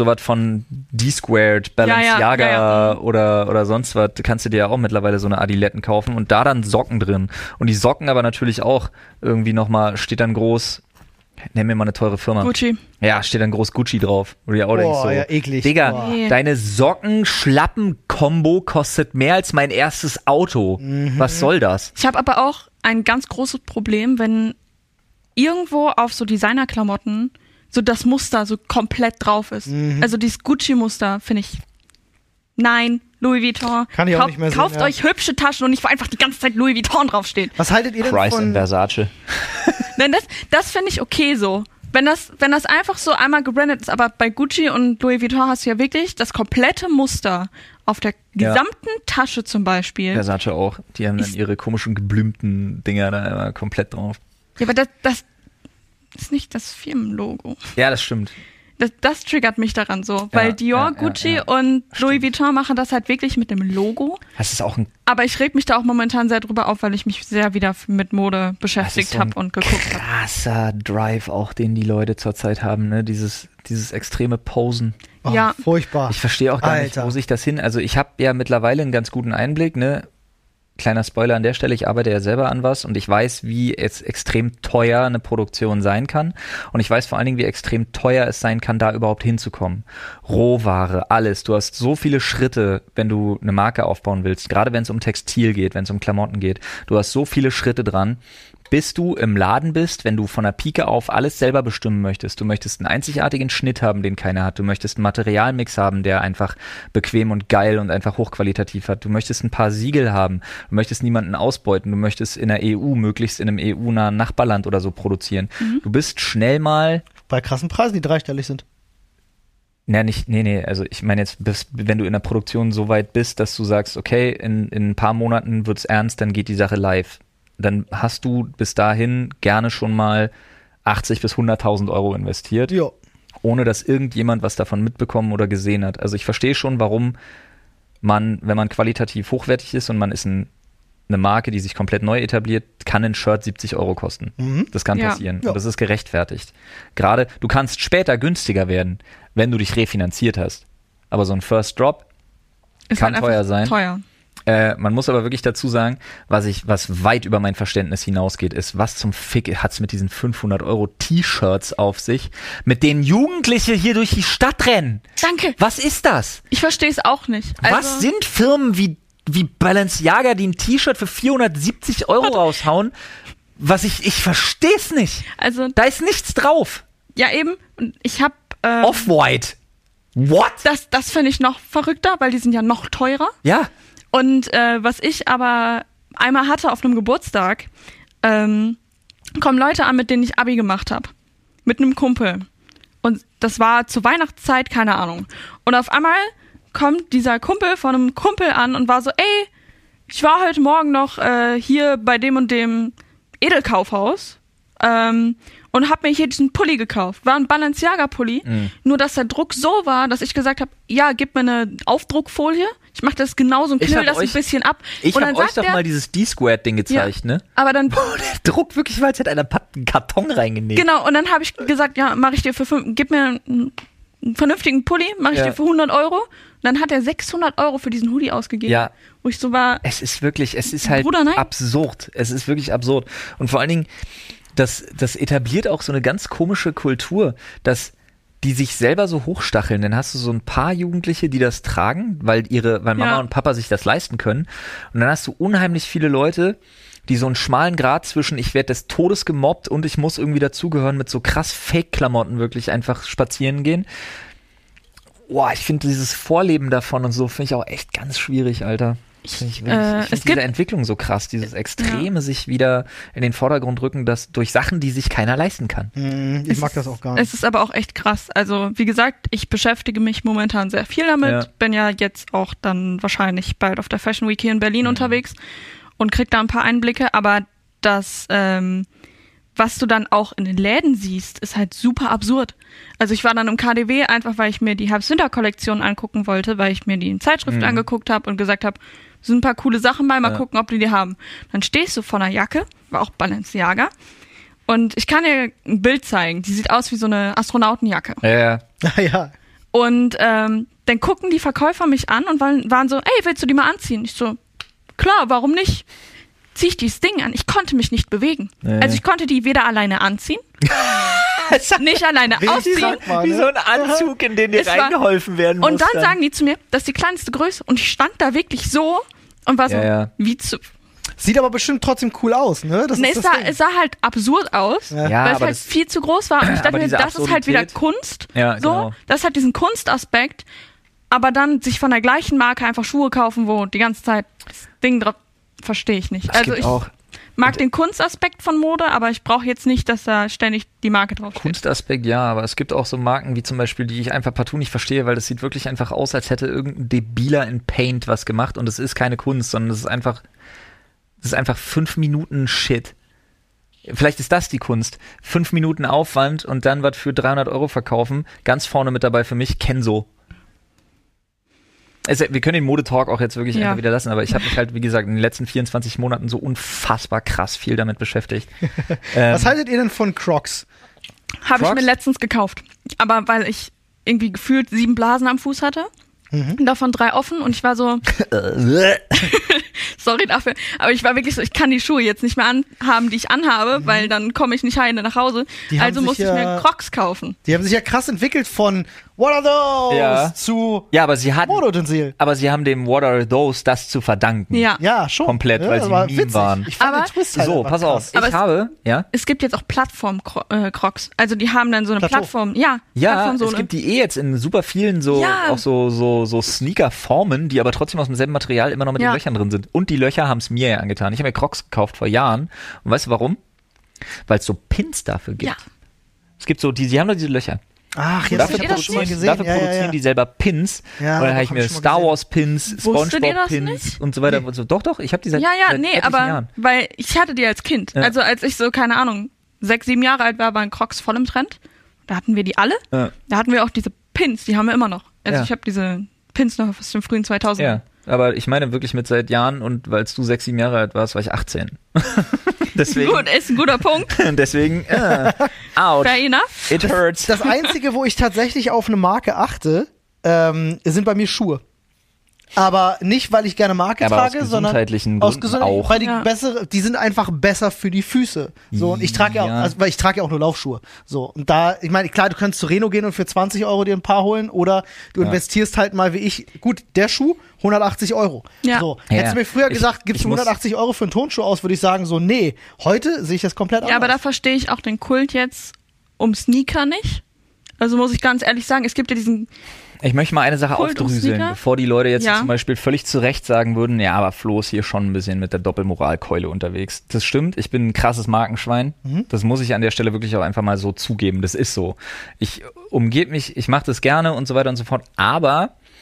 D-Squared, Balenciaga oder sonst was. Kannst du dir ja auch mittlerweile so eine Adiletten kaufen und da dann Socken drin. Und die Socken aber natürlich auch irgendwie nochmal, steht dann groß, nenn mir mal eine teure Firma. Gucci. Ja, steht dann groß Gucci drauf. Wo du ja auch denkst so, ja, eklig. Digga, deine Socken-Schlappen-Kombo kostet mehr als mein erstes Auto. Was soll das? Ich habe aber auch ein ganz großes Problem, wenn irgendwo auf so Designerklamotten so das Muster so komplett drauf ist. Also dieses Gucci-Muster finde ich, nein, Louis Vuitton. Kann ich auch nicht mehr sehen, Kauft euch hübsche Taschen und nicht, wo einfach die ganze Zeit Louis Vuitton draufsteht. Was haltet ihr denn Price in von... Versace. Nein, das finde ich okay so. Wenn das einfach so einmal gebrandet ist, aber bei Gucci und Louis Vuitton hast du ja wirklich das komplette Muster auf der gesamten Tasche zum Beispiel. Versace auch. Die haben dann ihre komischen geblümten Dinger da immer komplett drauf. Ja, aber das ist nicht das Firmenlogo. Ja, das stimmt. Das triggert mich daran so, weil Dior, Gucci und Louis Vuitton machen das halt wirklich mit dem Logo. Das ist auch ein... Aber ich reg mich da auch momentan sehr drüber auf, weil ich mich sehr wieder mit Mode beschäftigt habe und geguckt habe. Krasser Drive auch, den die Leute zurzeit haben, ne? Dieses extreme Posen. Oh, ja. Furchtbar. Ich verstehe auch gar nicht, wo sich das hin... Also ich habe ja mittlerweile einen ganz guten Einblick, ne? Kleiner Spoiler an der Stelle, ich arbeite ja selber an was und ich weiß, wie es extrem teuer eine Produktion sein kann und ich weiß vor allen Dingen, wie extrem teuer es sein kann, da überhaupt hinzukommen. Rohware, alles. Du hast so viele Schritte, wenn du eine Marke aufbauen willst, gerade wenn es um Textil geht, wenn es um Klamotten geht. Du hast so viele Schritte dran, bis du im Laden bist, wenn du von der Pike auf alles selber bestimmen möchtest. Du möchtest einen einzigartigen Schnitt haben, den keiner hat. Du möchtest einen Materialmix haben, der einfach bequem und geil und einfach hochqualitativ hat. Du möchtest ein paar Siegel haben. Du möchtest niemanden ausbeuten. Du möchtest in der EU, möglichst in einem EU-nahen Nachbarland oder so produzieren. Du bist schnell mal... Bei krassen Preisen, die dreistellig sind. Nee. Also ich meine jetzt, wenn du in der Produktion so weit bist, dass du sagst, okay, in ein paar Monaten wird's ernst, dann geht die Sache live. Dann hast du bis dahin gerne schon mal 80.000 bis 100.000 Euro investiert, ohne dass irgendjemand was davon mitbekommen oder gesehen hat. Also ich verstehe schon, warum man, wenn man qualitativ hochwertig ist und man ist eine Marke, die sich komplett neu etabliert, kann ein Shirt 70 Euro kosten. Das kann passieren. Und das ist gerechtfertigt. Gerade, du kannst später günstiger werden, wenn du dich refinanziert hast. Aber so ein First Drop kann halt teuer sein. Teuer. Man muss aber wirklich dazu sagen, was weit über mein Verständnis hinausgeht, ist, was zum Fick hat's mit diesen 500 Euro T-Shirts auf sich, mit denen Jugendliche hier durch die Stadt rennen? Danke. Was ist das? Ich verstehe es auch nicht. Was sind Firmen wie Balenciaga, die ein T-Shirt für 470 Euro raushauen? Ich verstehe es nicht. Also, da ist nichts drauf. Ja, eben. Und ich habe Off-White. What? Das finde ich noch verrückter, weil die sind ja noch teurer. Ja. Und was ich aber einmal hatte auf einem Geburtstag, kommen Leute an, mit denen ich Abi gemacht habe. Mit einem Kumpel. Und das war zur Weihnachtszeit, keine Ahnung. Und auf einmal kommt dieser Kumpel von einem Kumpel an und war so, ey, ich war heute Morgen noch hier bei dem und dem Edelkaufhaus und hab mir hier diesen Pulli gekauft. War ein Balenciaga-Pulli, nur dass der Druck so war, dass ich gesagt habe, ja, gib mir eine Aufdruckfolie, ich mach das genauso und knüll das ein bisschen ab. Ich und hab euch doch mal dieses D-Squared-Ding gezeigt, ne? Aber dann... Der Druck wirklich war, als hätte einer einen Karton reingenäht. Genau, und dann habe ich gesagt, ja, mach ich dir gib mir einen vernünftigen Pulli, mach ich dir für 100 Euro. Und dann hat er 600 Euro für diesen Hoodie ausgegeben. Ja. Wo ich so war... Es ist halt absurd. Es ist wirklich absurd. Und vor allen Dingen, das etabliert auch so eine ganz komische Kultur, dass die sich selber so hochstacheln. Dann hast du so ein paar Jugendliche, die das tragen, weil Mama und Papa sich das leisten können. Und dann hast du unheimlich viele Leute, die so einen schmalen Grat zwischen ich werde des Todes gemobbt und ich muss irgendwie dazugehören, mit so krass Fake-Klamotten wirklich einfach spazieren gehen. Boah, ich finde dieses Vorleben davon und so finde ich auch echt ganz schwierig, Alter. Ich finde diese Entwicklung so krass, dieses Extreme sich wieder in den Vordergrund rücken, dass durch Sachen, die sich keiner leisten kann. Ich mag das auch gar nicht. Es ist aber auch echt krass. Also wie gesagt, ich beschäftige mich momentan sehr viel damit. Bin ja jetzt auch dann wahrscheinlich bald auf der Fashion Week hier in Berlin unterwegs und krieg da ein paar Einblicke. Aber das, was du dann auch in den Läden siehst, ist halt super absurd. Also ich war dann im KaDeWe einfach, weil ich mir die Herbst-Winter-Kollektion angucken wollte, weil ich mir die in Zeitschrift angeguckt habe und gesagt habe, sind ein paar coole Sachen bei, mal gucken, ob die haben. Dann stehst du vor einer Jacke, war auch Balenciaga, und ich kann dir ein Bild zeigen, die sieht aus wie so eine Astronautenjacke. Ja. Und dann gucken die Verkäufer mich an und waren so, ey, willst du die mal anziehen? Ich so, klar, warum nicht? Zieh ich dieses Ding an. Ich konnte mich nicht bewegen. Also ich konnte die weder alleine anziehen, nicht alleine ausziehen. Wie so ein Anzug, in den dir reingeholfen werden muss. Und dann sagen die zu mir, das ist die kleinste Größe. Und ich stand da wirklich so und war so, wie zu... Sieht aber bestimmt trotzdem cool aus, ne? Es sah halt absurd aus, weil es halt viel zu groß war. Und ich dachte mir, das ist halt wieder Kunst. Ja, genau. Das hat diesen Kunstaspekt. Aber dann sich von der gleichen Marke einfach Schuhe kaufen, wo die ganze Zeit das Ding drauf... Verstehe ich nicht. Also ich mag den Kunstaspekt von Mode, aber ich brauche jetzt nicht, dass da ständig die Marke draufsteht. Kunstaspekt, ja, aber es gibt auch so Marken wie zum Beispiel, die ich einfach partout nicht verstehe, weil das sieht wirklich einfach aus, als hätte irgendein Debiler in Paint was gemacht und es ist keine Kunst, sondern es ist einfach 5 Minuten Shit. Vielleicht ist das die Kunst. 5 Minuten Aufwand und dann was für 300 Euro verkaufen. Ganz vorne mit dabei für mich, Kenzo. Wir können den Modetalk auch jetzt wirklich einfach wieder lassen, aber ich habe mich halt, wie gesagt, in den letzten 24 Monaten so unfassbar krass viel damit beschäftigt. Was haltet ihr denn von Crocs? Habe ich mir letztens gekauft. Aber weil ich irgendwie gefühlt 7 Blasen am Fuß hatte. Davon 3 offen und ich war so, sorry dafür, aber ich war wirklich so, ich kann die Schuhe jetzt nicht mehr anhaben, die ich anhabe, weil dann komme ich nicht heile nach Hause. Also musste ich mir Crocs kaufen. Die haben sich ja krass entwickelt von What are those zu Modeutensil. Aber sie haben dem What are those das zu verdanken. Ja, schon. Komplett, weil sie Meme waren. Ich fand den Twist halt so, pass auf. Es gibt jetzt auch Plattform-Crocs. Also die haben dann so eine Plattform. Ja, es gibt die jetzt in super vielen auch so Sneaker-Formen, die aber trotzdem aus demselben Material immer noch mit den Löchern drin sind. Und die Löcher haben es mir ja angetan. Ich habe mir Crocs gekauft vor Jahren. Und weißt du warum? Weil es so Pins dafür gibt. Ja. Es gibt so, sie haben da diese Löcher. Ach, jetzt dafür produzieren die selber Pins. Ja, und dann habe ich mir Star Wars Pins, SpongeBob Pins und so weiter. So, doch, ich habe die seit etlichen Jahren. Weil ich hatte die als Kind. Ja. Also als ich so, keine Ahnung, 6, 7 Jahre alt war, waren Crocs voll im Trend. Da hatten wir die alle. Ja. Da hatten wir auch diese Pins, die haben wir immer noch. Also ich habe diese Pins noch aus den frühen 2000ern. Ja, aber ich meine wirklich mit seit Jahren und weil du 6, 7 Jahre alt warst, war ich 18. Deswegen, gut, ist ein guter Punkt. Deswegen, ouch. Fair enough. It hurts. Das Einzige, wo ich tatsächlich auf eine Marke achte, sind bei mir Schuhe. Aber nicht, weil ich gerne Marke trage, sondern aus gesundheitlichen auch. Weil die sind einfach besser für die Füße. So, und ich trage weil ich trage ja auch nur Laufschuhe. So, und da, ich meine, klar, du kannst zu Reno gehen und für 20 Euro dir ein paar holen oder du investierst halt mal wie ich. Gut, der Schuh, 180 Euro. Ja. So, hättest du mir früher gesagt, gibst du 180 Euro für einen Turnschuh aus, würde ich sagen, so, nee. Heute sehe ich das komplett anders. Ja, aber da verstehe ich auch den Kult jetzt um Sneaker nicht. Also muss ich ganz ehrlich sagen, es gibt ja diesen... Ich möchte mal eine Sache aufdrüseln, bevor die Leute jetzt zum Beispiel völlig zu Recht sagen würden, ja, aber Flo ist hier schon ein bisschen mit der Doppelmoralkeule unterwegs. Das stimmt, ich bin ein krasses Markenschwein. Das muss ich an der Stelle wirklich auch einfach mal so zugeben. Das ist so. Ich mache das gerne und so weiter und so fort. Aber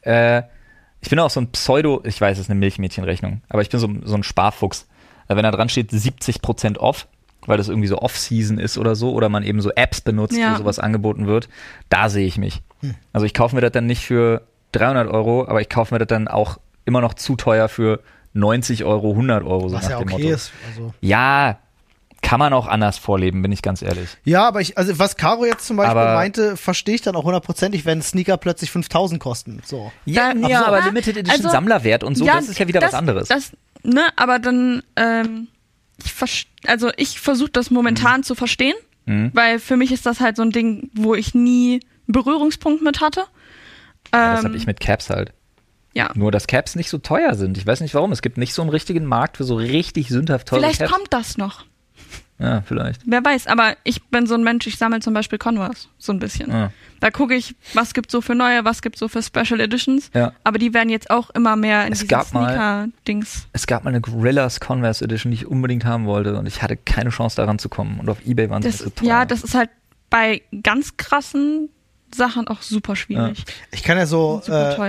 ich bin auch so ein ich weiß, es ist eine Milchmädchenrechnung, aber ich bin so ein Sparfuchs. Wenn da dran steht 70% off, weil das irgendwie so Off-Season ist oder so, oder man eben so Apps benutzt, wo sowas angeboten wird, da sehe ich mich. Also ich kaufe mir das dann nicht für 300 €, aber ich kaufe mir das dann auch immer noch zu teuer für 90 €, 100 €, so was nach ja dem okay Motto. ist. Also. Ja, kann man auch anders vorleben, bin ich ganz ehrlich. Ja, aber also was Caro jetzt zum Beispiel meinte, verstehe ich dann auch 100%, wenn Sneaker plötzlich 5.000 kosten. So. Ja, aber Limited Edition Sammlerwert und so, das ist ja wieder was anderes. Aber dann, ich versuche das momentan zu verstehen, weil für mich ist das halt so ein Ding, wo ich nie einen Berührungspunkt mit hatte. Das habe ich mit Caps halt. Ja. Nur, dass Caps nicht so teuer sind. Ich weiß nicht warum. Es gibt nicht so einen richtigen Markt für so richtig sündhaft teure Caps. Vielleicht kommt das noch. Ja, vielleicht. Wer weiß, aber ich bin so ein Mensch, ich sammle zum Beispiel Converse, so ein bisschen. Ja. Da gucke ich, was gibt's so für neue, was gibt's so für Special Editions. Ja. Aber die werden jetzt auch immer mehr in diese Sneaker-Dings. Es gab mal eine Gorillas Converse Edition, die ich unbedingt haben wollte und ich hatte keine Chance daran zu kommen. Und auf Ebay waren sie so teuer. Ja, das ist halt bei ganz krassen Sachen auch super schwierig. Ja. Ich kann ja so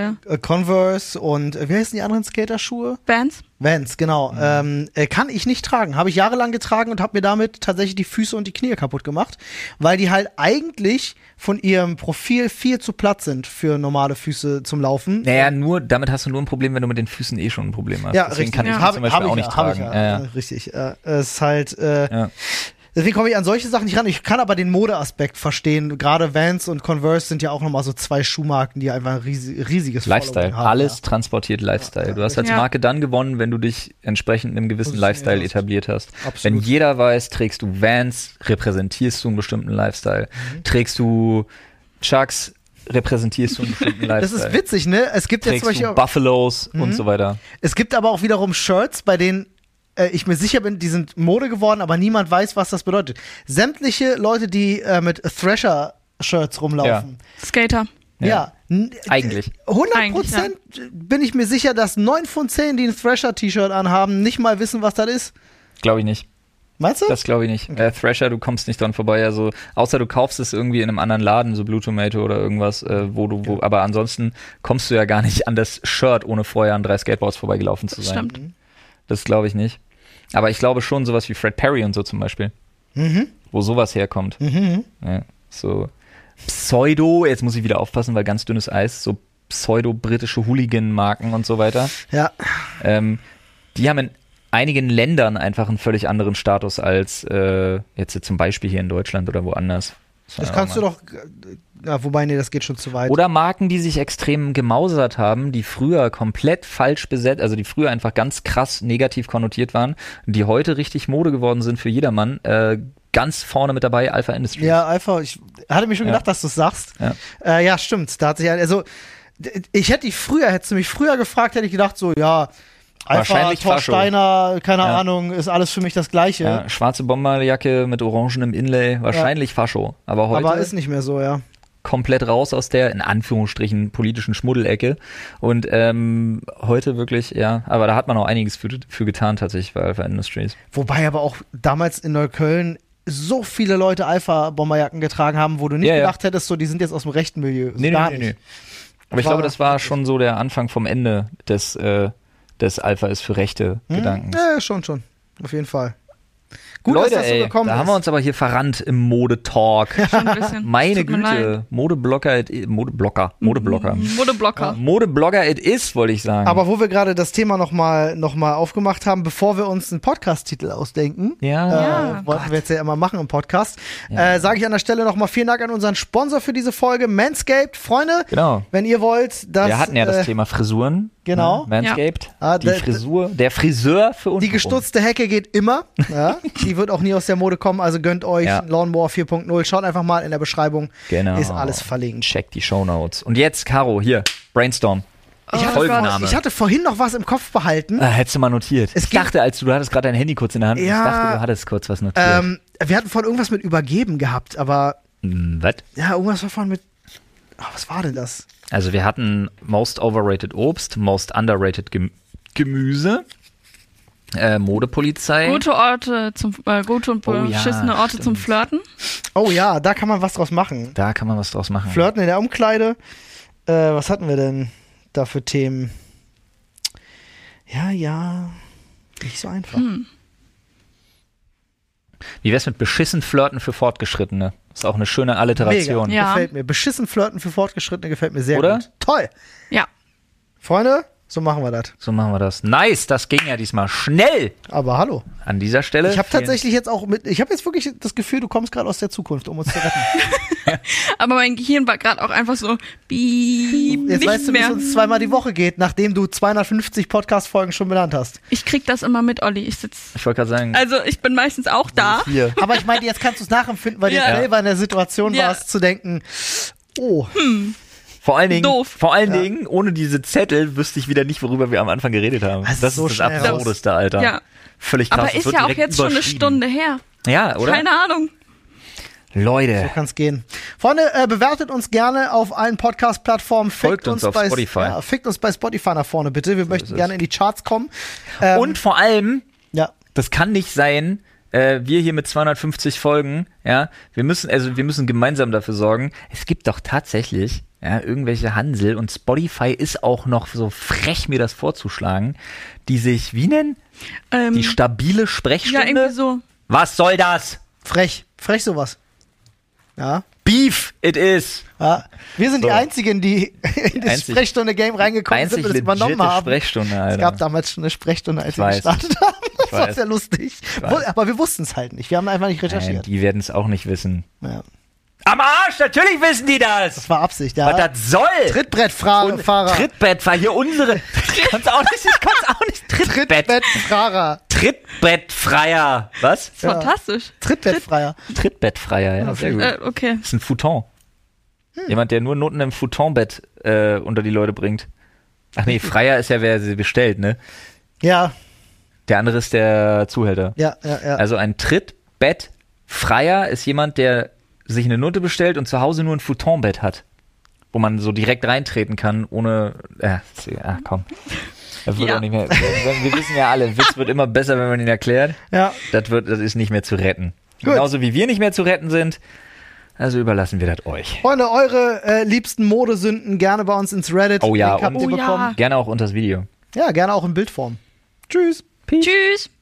Converse und wie heißen die anderen Skaterschuhe? Vans, genau. Kann ich nicht tragen. Habe ich jahrelang getragen und habe mir damit tatsächlich die Füße und die Knie kaputt gemacht, weil die halt eigentlich von ihrem Profil viel zu platt sind für normale Füße zum Laufen. Naja, damit hast du nur ein Problem, wenn du mit den Füßen eh schon ein Problem hast. Ja, deswegen richtig. kann ich zum Beispiel auch nicht tragen. Richtig. Es ist halt deswegen komme ich an solche Sachen nicht ran. Ich kann aber den Modeaspekt verstehen. Gerade Vans und Converse sind ja auch nochmal so zwei Schuhmarken, die einfach ein riesiges Lifestyle. haben. Alles transportiert Lifestyle. Du hast als Marke dann gewonnen, wenn du dich entsprechend in einem gewissen Lifestyle etabliert hast. Absolut. Wenn jeder weiß, trägst du Vans, repräsentierst du einen bestimmten Lifestyle. Trägst du Chucks, repräsentierst du einen bestimmten Lifestyle. Das ist witzig, ne? Es gibt jetzt zum Beispiel Buffalos und so weiter. Es gibt aber auch wiederum Shirts, bei denen ich mir sicher bin, die sind Mode geworden, aber niemand weiß, was das bedeutet. Sämtliche Leute, die mit Thrasher-Shirts rumlaufen. Skater. Ja. Eigentlich. 100% bin ich mir sicher, dass 9 von 10, die ein Thrasher-T-Shirt anhaben, nicht mal wissen, was das ist. Glaube ich nicht. Meinst du? Das glaube ich nicht. Okay. Thrasher, du kommst nicht dran vorbei. Also, außer du kaufst es irgendwie in einem anderen Laden, so Blue Tomato oder irgendwas, aber ansonsten kommst du ja gar nicht an das Shirt, ohne vorher an 3 Skateboards vorbeigelaufen zu sein. Stimmt. Das glaube ich nicht. Aber ich glaube schon sowas wie Fred Perry und so zum Beispiel. Wo sowas herkommt. Ja, so Pseudo, jetzt muss ich wieder aufpassen, weil ganz dünnes Eis, so pseudo-britische Hooligan-Marken und so weiter. Ja. Die haben in einigen Ländern einfach einen völlig anderen Status als jetzt zum Beispiel hier in Deutschland oder woanders. Das kannst du doch, wobei, nee, das geht schon zu weit. Oder Marken, die sich extrem gemausert haben, die früher komplett falsch besetzt, also die früher einfach ganz krass negativ konnotiert waren, die heute richtig Mode geworden sind für jedermann. Ganz vorne mit dabei, Alpha Industries. Ja, Alpha, ich hatte mir schon gedacht, dass du es sagst. Ja, stimmt. Da hat sich hättest du mich früher gefragt, hätte ich gedacht, so, ja, Alpha, Thorsteiner, keine Ahnung, ist alles für mich das Gleiche. Ja, schwarze Bomberjacke mit orangenem Inlay, wahrscheinlich Fascho. Aber heute ist nicht mehr so, ja. Komplett raus aus der, in Anführungsstrichen, politischen Schmuddelecke. Und heute wirklich, aber da hat man auch einiges für getan tatsächlich bei Alpha Industries. Wobei aber auch damals in Neukölln so viele Leute Alpha-Bomberjacken getragen haben, wo du nicht gedacht hättest, so, die sind jetzt aus dem rechten Milieu. Nee. Aber ich glaube, das war schon so der Anfang vom Ende des Alpha ist für rechte Gedanken. Ja, schon. Auf jeden Fall. Gut, Leute, dass das so gekommen da haben wir uns aber hier verrannt im Modetalk. Schon ein bisschen. Meine Güte. Modeblogger it is, wollte ich sagen. Aber wo wir gerade das Thema noch mal aufgemacht haben, bevor wir uns einen Podcast-Titel ausdenken, wollten wir jetzt ja immer machen im Podcast, sage ich an der Stelle noch mal vielen Dank an unseren Sponsor für diese Folge, Manscaped. Freunde, wenn ihr wollt, dass... Wir hatten ja das Thema Frisuren. Genau. Manscaped. Der Friseur für uns. Die gestutzte Hecke geht immer. Ja, die wird auch nie aus der Mode kommen, also gönnt euch Lawnmower 4.0. Schaut einfach mal in der Beschreibung. Genau. Ist alles verlinkt. Checkt die Shownotes. Und jetzt, Caro, hier, Brainstorm. Ich hatte vorhin noch was im Kopf behalten. Hättest du mal notiert. Ich dachte, du hattest gerade dein Handy kurz in der Hand. Ich dachte, du hattest kurz was notiert. Wir hatten vorhin irgendwas mit Übergeben gehabt, aber... Was? Ja, irgendwas war vorhin mit... was war denn das? Also wir hatten Most Overrated Obst, Most Underrated Gemüse, Modepolizei. Gute und beschissene Orte zum Flirten. Oh ja, da kann man was draus machen. Flirten in der Umkleide. Was hatten wir denn? da für Themen? Ja, nicht so einfach. Wie wär's mit beschissen flirten für Fortgeschrittene? Ist auch eine schöne Alliteration. Mega, Ja. gefällt mir. Beschissen flirten für Fortgeschrittene gefällt mir sehr Oder? gut. Toll. Ja. Freunde, so machen wir das. So machen wir das. Nice, das ging ja diesmal schnell. Aber hallo. An dieser Stelle. Ich habe tatsächlich jetzt wirklich das Gefühl, du kommst gerade aus der Zukunft, um uns zu retten. Aber mein Gehirn war gerade auch einfach so, Jetzt nicht weißt du, wie mehr. es uns zweimal die Woche geht, nachdem du 250 Podcast-Folgen schon benannt hast. Ich krieg das immer mit, Olli. Ich wollte gerade sagen, Also ich bin meistens auch da. hier. Aber ich meine, jetzt kannst du es nachempfinden, weil du Ja. selber in der Situation Ja. warst, zu denken, oh, Vor allen Dingen, Doof. ohne diese Zettel wüsste ich wieder nicht, worüber wir am Anfang geredet haben. Das ist Das so ist das schnell raus. Absurdeste, Alter. Ja. Völlig krass. Aber das ist wird ja auch direkt jetzt schon eine überschrieben. Stunde her. Ja, oder? Keine Ahnung. Leute. so kann's gehen. Freunde, bewertet uns gerne auf allen Podcast-Plattformen. Folgt uns auf Spotify. Ja, fickt uns bei Spotify nach vorne, bitte. Wir möchten es. gerne in die Charts kommen. Und vor allem, Ja, das kann nicht sein, wir hier mit 250 Folgen, ja, wir müssen gemeinsam dafür sorgen, es gibt doch tatsächlich, ja, irgendwelche Hansel und Spotify ist auch noch so frech, mir das vorzuschlagen, die sich, wie nennen? Die stabile Ja, Sprechstunde? irgendwie so. Was soll das? frech sowas. Ja. Beef, it is. Ja, wir sind So. die Einzigen, die in das Einzig- Sprechstunde-Game reingekommen sind Einzig und es übernommen legitime haben. Sprechstunde, Alter. Es gab damals schon eine Sprechstunde, als wir weiß. gestartet haben. Das war weiß. sehr lustig. weiß. Aber wir wussten es halt nicht. Wir haben einfach nicht Nein, recherchiert. die werden es auch nicht wissen. Ja. Am Arsch, natürlich wissen die das. Das war Absicht, ja. Was das soll? Trittbrettfahrer. Trittbrett war hier unsere. Ich konnte auch nicht. Trittbrettfahrer. Trittbettfreier. Was? Das ist fantastisch. Trittbettfreier. Trittbettfreier, ja, sehr gut. Okay. Das ist ein Futon. Jemand, der nur Noten im Futonbett unter die Leute bringt. Ach nee, Freier ist ja, wer sie bestellt, ne? Ja, Der andere ist der Zuhälter. ja. Also ein Trittbettfreier ist jemand, der sich eine Note bestellt und zu Hause nur ein Futonbett hat. Wo man so direkt reintreten kann, ohne. Komm. Das wird Ja. auch nicht mehr. Wir wissen ja alle, ein Witz wird immer besser, wenn man ihn erklärt. Ja. Das ist nicht mehr zu retten. Gut. Genauso wie wir nicht mehr zu retten sind. Also überlassen wir das euch. Freunde, eure liebsten Modesünden gerne bei uns ins Reddit. Oh ja, Link habt und- ihr Oh ja. bekommen. Gerne auch unter das Video. Ja, gerne auch in Bildform. Tschüss. Tschüss.